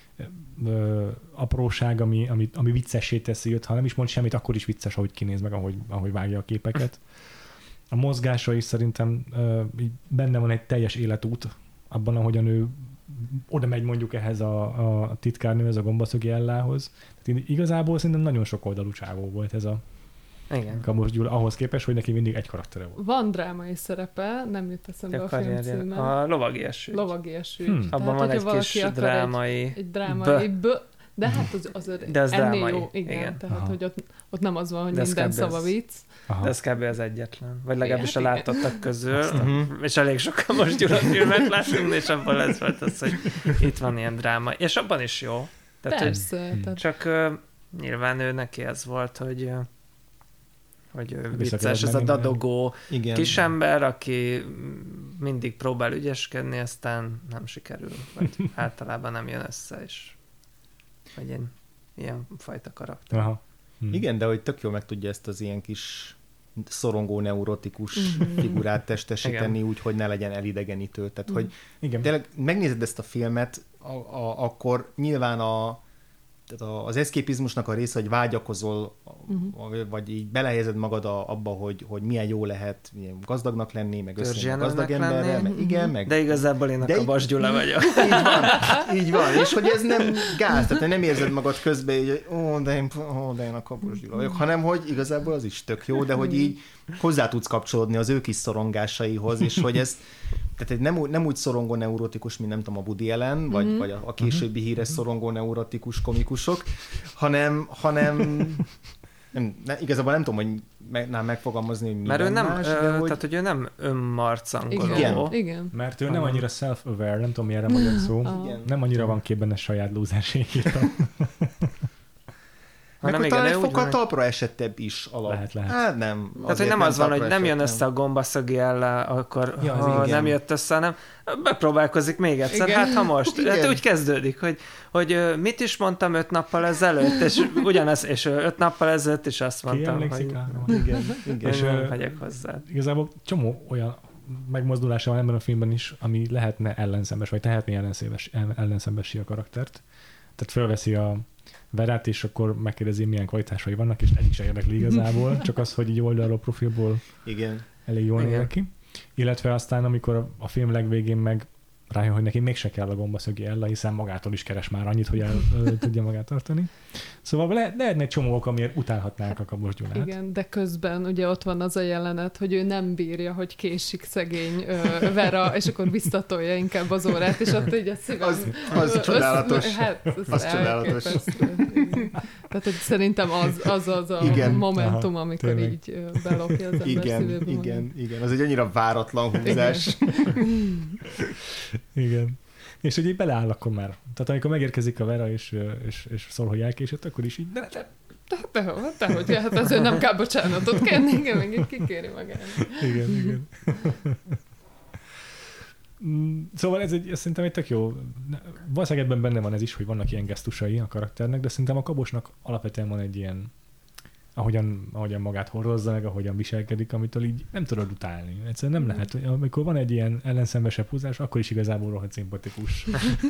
Ö, apróság, ami, ami, ami viccessé teszi őt, ha nem is mond semmit, akkor is vicces, ahogy kinéz meg, ahogy, ahogy vágja a képeket. A mozgása is szerintem ö, benne van egy teljes életút abban, ahogyan ő oda megy mondjuk ehhez a, a titkárnőhöz, a Gombaszögi Ellához. Tehát igazából szerintem nagyon sok oldalú csávó volt ez a igen. Kabos Gyula, ahhoz képest, hogy neki mindig egy karaktere volt. Van drámai szerepe, nem jut eszembe a, a film címen. A Lovagias ügy. Lovagias ügy. Hmm. Abban van egy kis drámai... Egy, egy drámai b. b. De hát az, az de az ennél drámai. Jó. Igen, igen. Tehát, aha. hogy ott, ott nem az van, hogy de minden szava vicc. Aha. De ez kb. Az egyetlen. Vagy legalábbis a látottak közül. Uh-huh. És elég sokan most Gyula filmet látunk, és abban lesz volt az, hogy itt van ilyen dráma. És abban is jó. Tehát, persze. Hogy, tehát... Csak uh, nyilván ő neki ez volt, hogy... Uh, hogy vicces, ez a dadogó igen. kisember, aki mindig próbál ügyeskedni, aztán nem sikerül, vagy általában nem jön össze, és vagy ilyen, ilyen fajta karakter. Aha. Hm. Igen, de hogy tök jól meg tudja ezt az ilyen kis szorongó, neurotikus figurát testesíteni, úgy, hogy ne legyen elidegenítő. Tehát, hogy igen. tényleg megnézed ezt a filmet, a, a, akkor nyilván a tehát az eszképizmusnak a része, hogy vágyakozol, uh-huh. vagy így belehelyezed magad a, abba, hogy, hogy milyen jó lehet milyen gazdagnak lenni, meg összejönni gazdag emberrel, meg igen, meg... De igazából én a Kabas Gyula vagyok. Így van, így van, és hogy ez nem gáz, tehát nem érzed magad közben, hogy ó, de én, ó, de én a Kabas Gyula vagyok, hanem hogy igazából az is tök jó, de hogy így hozzá tudsz kapcsolódni az ő kis szorongásaihoz, és hogy ez tehát nem, nem úgy szorongó neurotikus, mint nem tudom, a Woody Allen, vagy, mm-hmm. vagy a, a későbbi híres szorongó neurotikus komikusok, hanem, hanem nem, ne, igazából nem tudom, hogy meg, nem megfogalmazni, hogy mert ő nem, más, ö, de hogy... tehát, hogy ő nem önmarcangoló. Igen, igen. Mert ő nem annyira self-aware, nem tudom, milyenre magyar szó. Igen. Nem annyira van képben a saját lúzárségét. Meg hogy talán egy fokkal talpra esettebb is alap. Lehet, lehet. Hát nem. Tehát, hogy nem az van, hogy nem jön össze a Gombaszögi Ellá, akkor ja, ha nem jött össze, hanem bepróbálkozik még egyszer. Igen. Hát ha most. Hát úgy kezdődik, hogy, hogy mit is mondtam öt nappal ezelőtt, és ugyanaz, és öt nappal ezelőtt is azt mondtam, hogy igen, igen. és nem megyek hozzá. Igazából csomó olyan megmozdulása van ebben a filmben is, ami lehetne ellenszembes, vagy tehetné ellenszembes, ellenszembesi a karaktert. Tehát fölveszi a Verát, és akkor megkérdezi, milyen kvalitásai vannak, és egyik se érdekli igazából, csak az, hogy így oldalról, profilból Igen. elég jól Igen. néz ki. Illetve aztán, amikor a, a film legvégén meg rájön, hogy neki mégse kell a gombaszögi Ella, hiszen magától is keres már annyit, hogy el tudja magát tartani. Szóval le, lehetne egy csomó ok, amiért utálhatnánk a Kabos Gyulát. Igen, de közben ugye ott van az a jelenet, hogy ő nem bírja, hogy késik szegény ö, Vera, és akkor visszatolja inkább az órát, és ott így a szívem... Az, az ö, csodálatos. Össz, hát, az, Az csodálatos. Tehát, hogy szerintem az az, az a Igen. momentum, Aha, amikor tényleg. így ö, belopja az ember Igen, szívébe. igen, igen. Az egy annyira váratlan húzás. Igen. És hogy így beleáll akkor már. Tehát amikor megérkezik a Vera, és, és, és szól, hogy elkésett, akkor is így... De, de. De, de, de hogy hát azért nem kell bocsánatot kérni, igen, meg így kikéri magának. Igen, igen. Mm, Szóval ez, egy, ez szerintem egy tök jó. Valószínűleg ebben benne van ez is, hogy vannak ilyen gesztusai a karakternek, de szerintem a Kabosnak alapvetően van egy ilyen, ahogyan, ahogyan magát hordozza, meg ahogyan viselkedik, amitől így nem tudod utálni. Egyszerűen nem lehet. Amikor van egy ilyen ellenszembesebb húzás, akkor is igazából rohadt szimpatikus.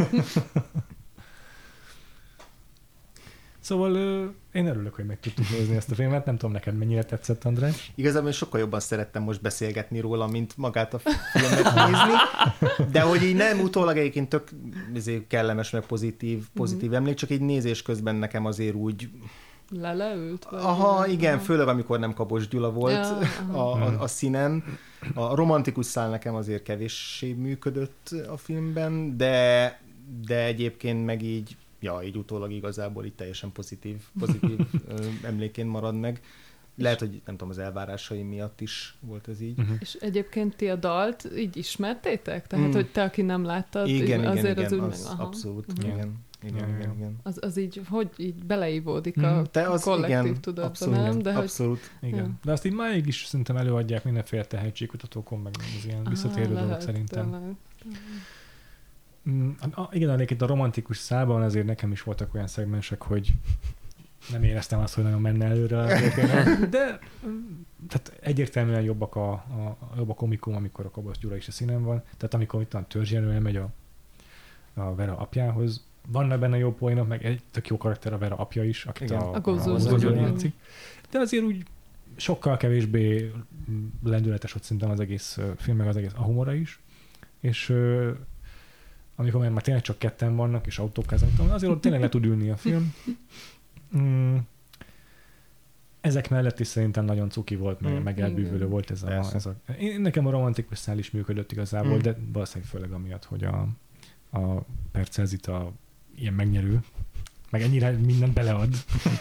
Szóval ö, én örülök, hogy meg tudtuk nézni ezt a filmet. Nem tudom, neked mennyire tetszett, András? Igazából én sokkal jobban szerettem most beszélgetni róla, mint magát a filmet nézni, de hogy így nem utólag egyébként tök ezért kellemes, meg pozitív, pozitív emlék, csak így nézés közben nekem azért úgy... Leleült? Vagy Aha, vagy? igen, Aha. főleg amikor nem Kabos Gyula volt Ja, a, a, a színen. A romantikus szál nekem azért kevéssé működött a filmben, de, de egyébként meg így, ja, így utólag igazából így teljesen pozitív, pozitív ö, emlékén marad meg. Lehet, hogy nem tudom, az elvárásaim miatt is volt ez így. Uh-huh. És egyébként ti a dalt így ismertétek? Tehát, Mm. hogy te, aki nem láttad, Igen, azért igen, az igen, úgy az meg... Aha. abszolút, Mhm. igen. Igen, Ja, igen, ja. igen. Az, az így, hogy így beleívódik Mhm. a Te az, kollektív igen, tudatba, abszolút, nem? De hogy... abszolút. Igen. Ja. De azt így máig is szerintem előadják mindenféle tehetségkutatókon, meg az ilyen visszatérő Á, dolog lehet, szerintem. tényleg. Mm, a, a, igen, egyébként a romantikus szában azért nekem is voltak olyan szegmensek, hogy nem éreztem azt, hogy nagyon menne előre a történet, de mm, tehát egyértelműen jobbak a, a, a, jobb a komikum, amikor a Kabos Gyula is a színen van. Tehát amikor itt a Törzs Jenő elmegy a, a Vera apjához, vannak benne jó poénok, meg egy tök jó karakter a Vera apja is, akit Igen. a, A Gózó Gózó Zoli. játszik. De azért úgy sokkal kevésbé lendületes ott szerintem az egész ö, film, meg az egész a humora is. És ö, amikor már, már tényleg csak ketten vannak, és autókáznak, azért ott tényleg le tud ülni a film. Mm. Ezek mellett is szerintem nagyon cuki volt, meg, Mm, meg elbűvölő igen. volt ez a, Persze. ez a... Én, nekem a romantikus szál is működött igazából, Mm. de valószínűleg főleg amiatt, hogy a, a Percelzita ilyen megnyerő, meg ennyire mindent belead.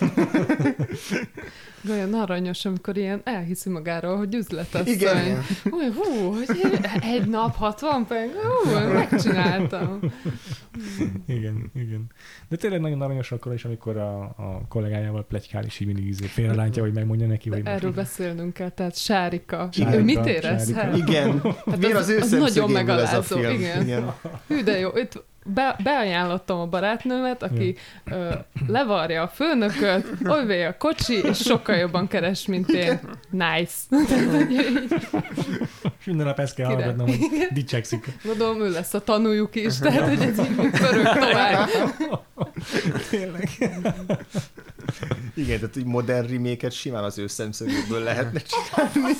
Olyan aranyos, amikor ilyen elhiszi magáról, hogy üzletasszony. Igen. Új, hú, hogy egy nap hatvan peng, hú, megcsináltam. Igen, igen. De tényleg nagyon aranyos akkor is, amikor a, a kollégájával pletykál, és így mindig ízé félrelántja, hogy megmondja neki, hogy... De erről beszélnünk kell, tehát Sárika. Sárika, Ő mit érez? Sárika. Hát, Igen. Miért az, az- ő az nagyon szemszögéből ez a megalázó, film? igen. igen. hű, de jó. Itt be, beajánlottam a barátnőmet, aki ö, levarja a főnököt, olyvé a kocsi, és sokkal jobban keres, mint én. Nice. És minden nap ezt kell Király. hallgatnom, hogy dicsekszik. Gondolom, ő lesz a tanújuk is, tehát hogy ez így pörög tovább. Tényleg. Igen, tehát egy modern remake-et simán az ő szemszögéből lehetne csinálni.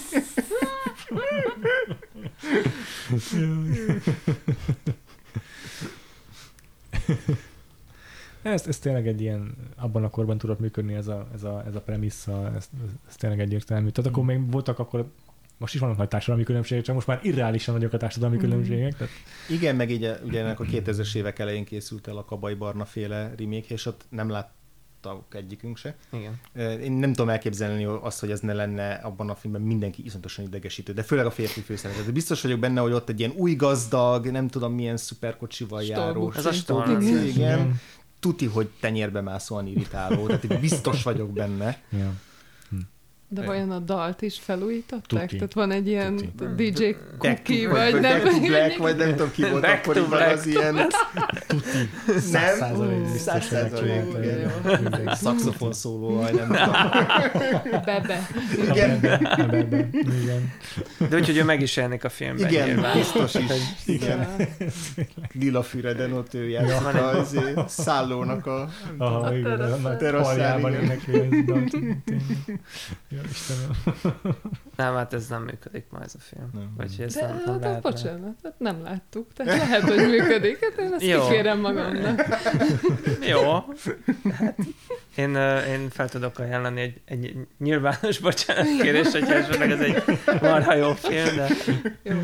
Ez, ez tényleg egy ilyen, abban a korban tudott működni ez a, ez a, ez a premissza, ez, ez tényleg egyértelmű. Tehát akkor még voltak akkor, most is vannak nagy társadalmi különbségek, csak most már irreálisan nagyok a társadalmi Mm. különbségek. Tehát... Igen, meg így ugye ennek a kétezres évek elején készült el a Kabaj Barna féle remake, és ott nem láttak egyikünk se. Igen. Én nem tudom elképzelni azt, hogy ez ne lenne abban a filmben mindenki iszonyatosan idegesítő, de főleg a férfi főszereplő. Biztos vagyok benne, hogy ott egy ilyen új gazdag, nem tudom milyen szuperkocsival járó. Ez a Storm. Storm. Igen. Igen. Tuti, hogy tenyérbe mászóan irritáló, tehát így biztos vagyok benne. Ja. Hm. De vajon a dalt is felújították? Tuti. Tehát van egy ilyen Tuti. dé dzsé Cookie, vagy, vagy nem. nem? Black, vagy nem tudom ki volt Back akkoriban to az ilyen... Tuti. Nem? Száz százalék biztos, Száz hogy százalék, megcsinálta. igen. Szaxofon szóló, vagy nem tudom. Bebe. Igen. Ebben, igen. De úgyhogy ő meg is jelenik a filmben. Igen, nyilván. biztos is. Igen. Ja. Lila Füreden ott ő játszik az szállónak a... Aha, igen, a nagy teraszán, kaljában igen. énekli egy dalt. Ja, Istenem. Nem, hát ez nem működik ma ez a film. Nem. Vagy hogy ezt De, nem, nem hát, lehetne. bocsánat, hát nem láttuk. Tehát lehet, hogy működik. Hát én ezt Jó. kikérem magamnak. Jó. Hát, én, ö, én fel tudok ajánlani egy, egy nyilvános bocsánatkérés, hogyha esetleg ez egy marha jó film, de Jó.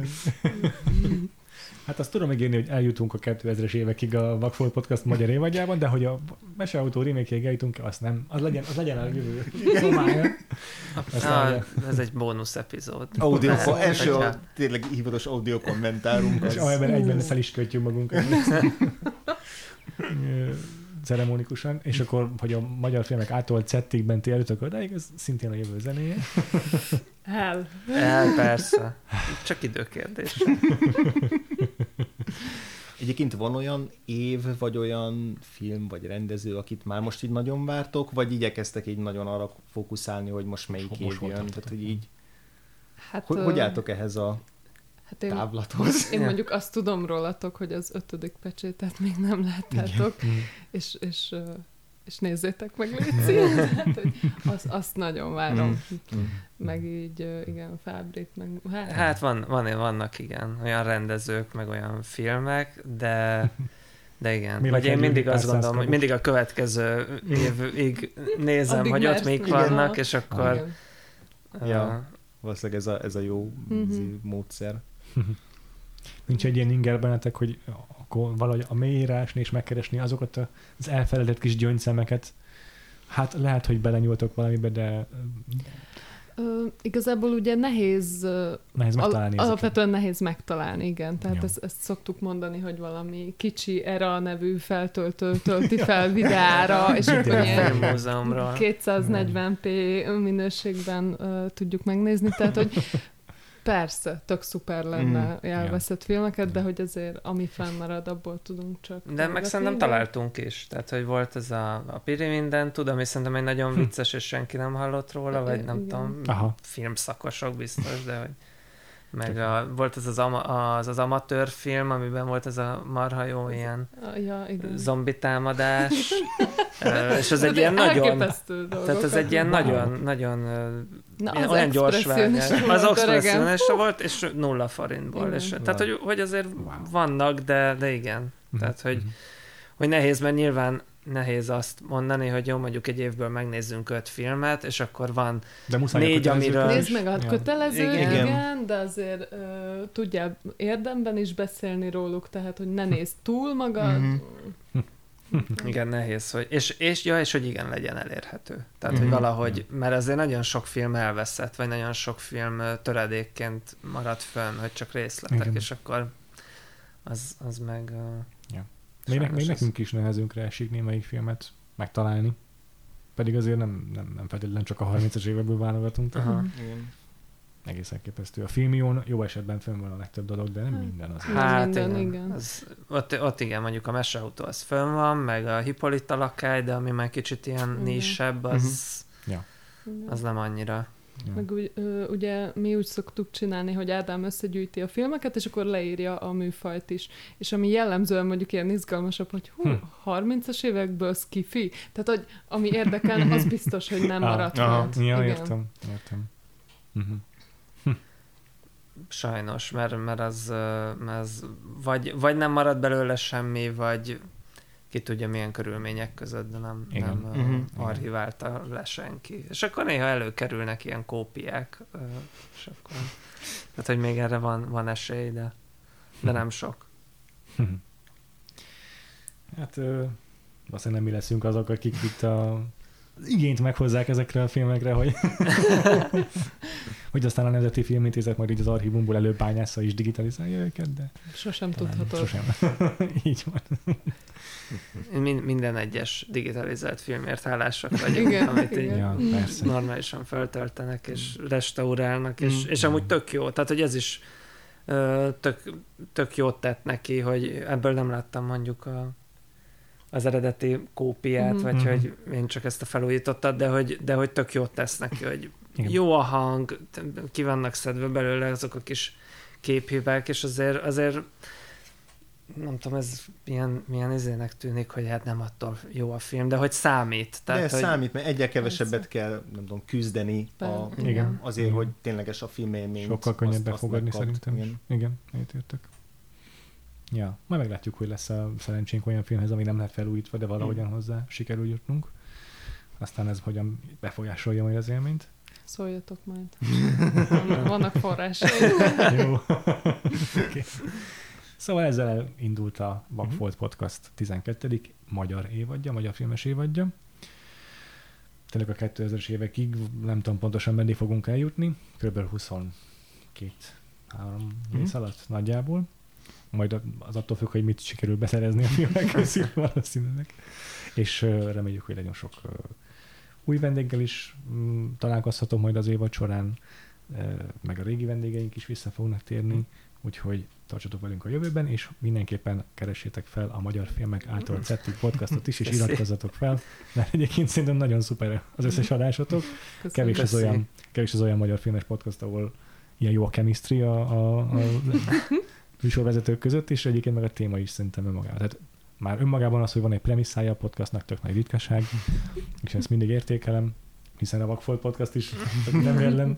Hát azt tudom megírni, hogy eljutunk a kétezres évekig a Vagfolt Podcast magyar évadjában, de hogy a Meseautó remake-ig eljutunk, azt nem. Az legyen, az legyen a jövő szomája. ah, ez egy bónusz epizód. Audio, Nem, első hogyha- a, tényleg hivatalos audio kommentárunk. És Az... amelyben egyben fel is kötjük magunkat. Ceremonikusan, és akkor, hogy a magyar filmek átolt cettig benti előtt, odáig, ez szintén a jövő zenéje. Hell. El, persze. Csak időkérdés. Egyébként van olyan év, vagy olyan film, vagy rendező, akit már most így nagyon vártok, vagy igyekeztek így nagyon arra fókuszálni, hogy most melyik Most év jön? voltam. Tehát, hogy így, Hát, hogy, ö, hogy álltok ehhez a hát én, távlathoz? én Ja. mondjuk azt tudom rólatok, hogy az ötödik pecsétet még nem láttátok, és, és, ö, és nézzétek meg, Léci. Tehát, hogy azt, azt nagyon várom. Mm. Meg így, ö, igen, Fábrit, meg... Hát, Hát van, van, vannak igen, olyan rendezők, meg olyan filmek, de, de igen. Mi Vagy én legyen mindig pár azt száz gondolom, hogy kaput. mindig a következő évig nézem, Addig hogy ott mersz mik még. vannak, Aha. és akkor... igen. Ja. Valószínűleg ez a, ez a jó Mhm. uh-huh. módszer. Nincs egy ilyen inger bennetek, hogy akkor valahogy a mélyírásni és megkeresni azokat az elfeledett kis gyöngyszemeket. Hát lehet, hogy belenyúltok valamibe, de Ö, igazából ugye nehéz, ö, nehéz megtalálni al- ezeket. alapvetően nehéz megtalálni, igen. Tehát Ja. ezt, ezt szoktuk mondani, hogy valami kicsi Era nevű feltöltő tölti fel videára, és akkor ilyen Filmmúzeumról. kétszáznegyven pé minőségben uh, tudjuk megnézni, tehát hogy persze, tök szuper lenne Mm, elveszett filmeket, de hogy azért ami fennmarad, abból tudunk csak... De meg hallgatni, szerintem de- találtunk is. Tehát, hogy volt ez a, a Piri minden, tudom, és szerintem egy nagyon vicces, és senki nem hallott róla, vagy nem Igen. tudom, Aha. filmszakosok biztos, de hogy meg a, volt ez az, ama, az az amatőr film, amiben volt ez a marha jó ilyen Ah, ja, igen. zombi támadás, Ö, és ez egy ilyen nagyon... Elképesztő dolgok. Tehát ez egy ilyen Wow. nagyon, nagyon ö, Na, ilyen az olyan gyors vágás. expresszionista Az volt, öregem. expresszionista volt, és nulla forintból. Igen. És, Wow. tehát, hogy, hogy azért Wow. vannak, de, de igen. Tehát, hogy, hogy nehéz, mert nyilván nehéz azt mondani, hogy jó, mondjuk egy évből megnézzünk öt filmet, és akkor van De muszáj négy, a kötelezőket amiről- is. Nézd meg a Ja. kötelező, Igen. igen. igen, de azért uh, tudjál érdemben is beszélni róluk, tehát, hogy ne nézd túl magad. Mhm. igen, nehéz, hogy, és, és, ja, és hogy igen, legyen elérhető. Tehát, Mhm. hogy valahogy, mert azért nagyon sok film elveszett, vagy nagyon sok film ö, töredékként maradt fönn, hogy csak részletek, Igen. és akkor az, az meg... Uh, Ja. Még, ne, még az- nekünk is nehezünkre esik némelyik filmet megtalálni. Pedig azért nem, nem, nem feltétlenül csak a harmincas évekből válogatunk. tehát Aha. Igen. Egészen képesztő. A Filmión jó esetben fönn van a legtöbb dolog, de nem Hát. minden az. Nem Hát minden, igen. igen. Az, ott, ott igen, mondjuk a Meseautó az fönn van, meg a Hippolyta lakály, de ami már kicsit ilyen Igen. nissebb, az, Igen. az nem annyira. Ja. Meg úgy, ö, ugye mi úgy szoktuk csinálni, hogy Ádám összegyűjti a filmeket, és akkor leírja a műfajt is. És ami jellemzően mondjuk ilyen izgalmasabb, hogy hú, Hm. harmincas évekből skifi. Tehát, hogy ami érdekel, az biztos, hogy nem Ah, maradt aha. meg. Ja, Igen. értem. értem. Uh-huh. Sajnos, mert, mert, az, ö, mert az vagy, vagy nem marad belőle semmi, vagy ki tudja milyen körülmények között, de nem, Igen. nem Mhm. uh, archiválta le senki. És akkor néha előkerülnek ilyen kópiák, ö, és akkor, tehát, hogy még erre van, van esély, de, de nem sok. Hát ö, valószínűleg nem mi leszünk azok, akik itt a az igényt meghozzák ezekre a filmekre, hogy Vagy aztán a Nemzeti Filmintézet majd így az archívumból előbányásza és digitalizálja őket, de... Sosem tudhatod. Sosem. Így van. Min- minden egyes digitalizált filmért hálásak vagyunk, Igen, amit igen. így Ja, persze. normálisan feltöltenek és restaurálnak, és, és amúgy tök jó. Tehát, hogy ez is ö, tök, tök jót tett neki, hogy ebből nem láttam mondjuk a, az eredeti kópiát, Mhm. vagy Mhm. hogy én csak ezt a felújítottat, de hogy, de hogy tök jót tesz neki, hogy Igen. jó a hang, ki vannak szedve belőle azok a kis képhibák, és azért, azért nem tudom, ez milyen, milyen izének tűnik, hogy hát nem attól jó a film, de hogy számít. Tehát, Tehát, de ez hogy... számít, mert egyre kevesebbet kell, nem tudom, küzdeni a, Per- Igen. azért, Igen. hogy tényleges a filmélményt. Sokkal könnyebb azt- azt befogadni megkapd. szerintem. Igen. Igen, egyetértek. Ja, majd meglátjuk, hogy lesz a szerencsénk olyan filmhez, ami nem lett felújítva, de valahogyan hozzá sikerül jutnunk. Aztán ez hogyan befolyásolja majd az élményt. Szóljatok majd. Vannak forrásai. Jó. Okay. Szóval ezzel elindult a Vagfolt Podcast tizenkettedik magyar évadja, magyar filmes évadja. Tényleg a kétezres évekig, nem tudom pontosan meddig fogunk eljutni, kb. huszonkét három rész alatt nagyjából. Majd az attól függ, hogy mit sikerül beszerezni a filmek közül valószínűleg. És uh, reméljük, hogy nagyon sok uh, új vendéggel is um, találkozhatom majd az évad során, uh, meg a régi vendégeink is vissza fognak térni, úgyhogy tartsatok velünk a jövőben, és mindenképpen keressétek fel a Magyar Filmek által Cettük podcastot is, és Köszi. iratkozzatok fel, mert egyébként szerintem nagyon szuper az összes adásotok. Kevés az, Köszi. olyan, kevés az olyan magyar filmes podcast, ahol ilyen jó a chemistry a, a, a műsorvezetők között, és egyébként meg a téma is szerintem önmagában. Tehát már önmagában az, hogy van egy premisszája a podcastnak, tök nagy ritkaság, és ezt mindig értékelem, hiszen a Vagfolt Podcast is nem ellen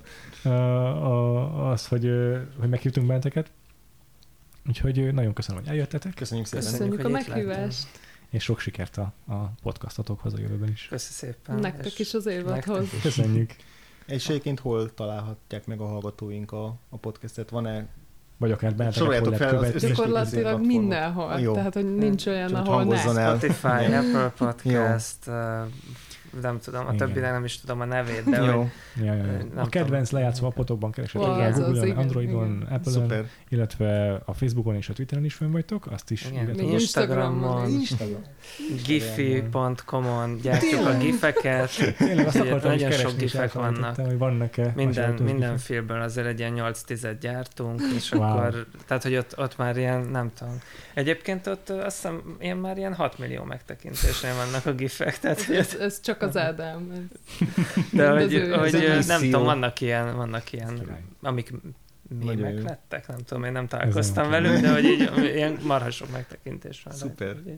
az, hogy, hogy meghívtunk benneteket. Úgyhogy nagyon köszönöm, hogy eljöttetek, Köszönjük szépen. Köszönjük a hogy itt meghívást. és sok sikert a, a podcastotokhoz a jövőben is. Köszi szépen. Nektek és is az évadhoz. nektek is. Köszönjük. És egyébként hol találhatják meg a hallgatóink a, a podcastet? Van-e? Vagy akár benneteket Soroljátok hol lehet fel az követni. összes- Gyakorlatilag platformon. mindenhol. Jó. Tehát, hogy nincs olyan, Csak ahol hangozzon ne. el. Spotify, Igen. Apple Podcast, uh, nem tudom, a Igen. többinek nem is tudom a nevét, de Jó, hogy Ja, ja, ja. Nem A kedvenc tudom. lejátszó appotokban keresetek Wow, rá, az az, Google-on, igen, Androidon, igen. Apple-on, szuper. illetve a Facebookon és a Twitteren is fönn vagytok, azt is igen, írjatok. Még Instagramon Instagramon, is. gifi pont com-on gyártjuk a gifeket. Tényleg azt Ugye, akartam is nagyon sok keresni, és gifek vannak. elfelejtettem, hogy vannak-e Minden, hasonló minden gifek. filmből azért egy ilyen nyolc-tízet gyártunk, és Wow. akkor, tehát hogy ott, ott már ilyen, nem tudom. Egyébként ott ö, azt hiszem, ilyen már ilyen hat millió megtekintésnél vannak a gifek, tehát hogy Ez, ez csak az Ádám. Ez. de mind hogy, az ő. hogy Ez egy ö, nem misszió. tudom, vannak ilyen, vannak ilyen, Király. amik Nagyon mémek jó. lettek, nem tudom, én nem találkoztam Ez velük, nem de hogy így ilyen marha sok megtekintés van. Szuper. Úgyhogy-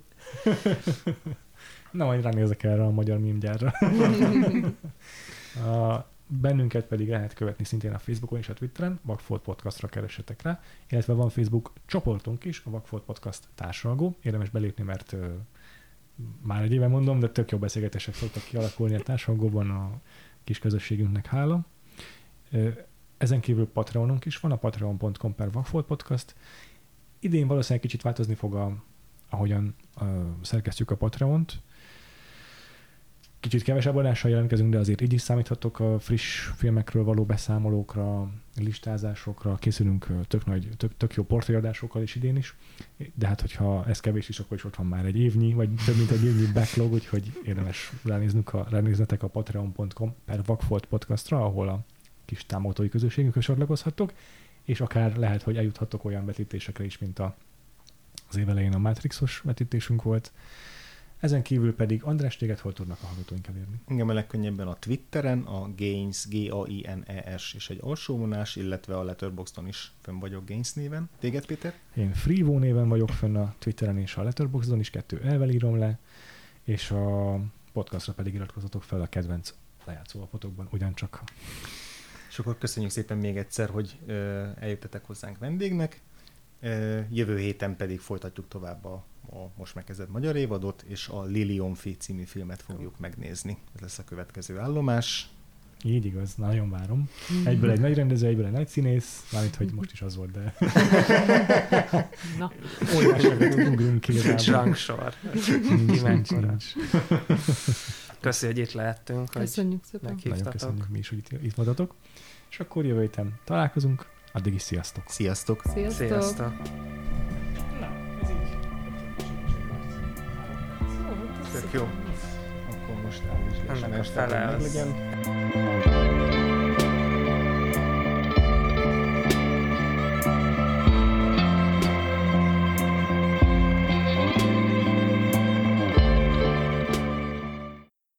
Na, majd ránézek erre a magyar meme-gyárra. A, bennünket pedig lehet követni szintén a Facebookon és a Twitteren, Vagfolt Podcastra keressetek rá, illetve van Facebook csoportunk is, a Vagfolt Podcast társalgó. Érdemes belépni, mert ö, már egy éve mondom, de tök jó beszélgetések szoktak kialakulni a társalgóban a kis közösségünknek hála. Ö, ezen kívül Patreonunk is van, a patreon pont com per Vagfolt Podcast. Idén valószínűleg kicsit változni fog, a, ahogyan ö, szerkesztjük a Patreont. Kicsit kevesebb adással jelentkezünk, de azért így is számíthatok a friss filmekről való beszámolókra, listázásokra, készülünk ö, tök, nagy, tök, tök jó portréadásokkal is idén is, de hát hogyha ez kevés is, akkor is ott van már egy évnyi, vagy több mint egy évnyi backlog, úgyhogy érdemes ránéznünk a, ránéznetek a patreon pont com per Vagfolt Podcastra, ahol a kis támogatói közösségünkhöz csatlakozhattok, és akár lehet, hogy eljuthattok olyan vetítésekre is, mint a, az év elején a Matrixos vetítésünk volt. Ezen kívül pedig András, téged hol tudnak a hallgatóink elérni? Engem a legkönnyebben a Twitteren, a Gains, G A I N E S és egy alsóvonás, illetve a Letterboxdon is fönn vagyok Gains néven. Téged, Péter? Én Freevo néven vagyok fönn a Twitteren és a Letterboxdon is, kettő elvel írom le, és a podcastra pedig iratkozzatok fel a kedvenc lejátszóapotokban, ugyancsak. És akkor köszönjük szépen még egyszer, hogy ö, eljöttetek hozzánk vendégnek. Ö, jövő héten pedig folytatjuk tovább a, a most megkezdett magyar évadot, és a Liliomfi című filmet fogjuk megnézni. Ez lesz a következő állomás. Így igaz, nagyon várom. Egyből egy nagy rendező, egyből egy nagy színész, mármint, hogy most is az volt, de Na, óriásokat ugrunk ki. Rangsor. Nincs, nincs, Mekkora. nincs. Köszi, hogy itt lehettünk. Köszönjük szépen. Meghívtatok. Nagyon köszönjük mi is, hogy itt, itt voltatok. És akkor jövő héten találkozunk. Addig is sziasztok! Sziasztok! Sziasztok! Sziasztok. Tök jó. Akkor most állítsd, Ennek a este, hogy fele meg az- legyen.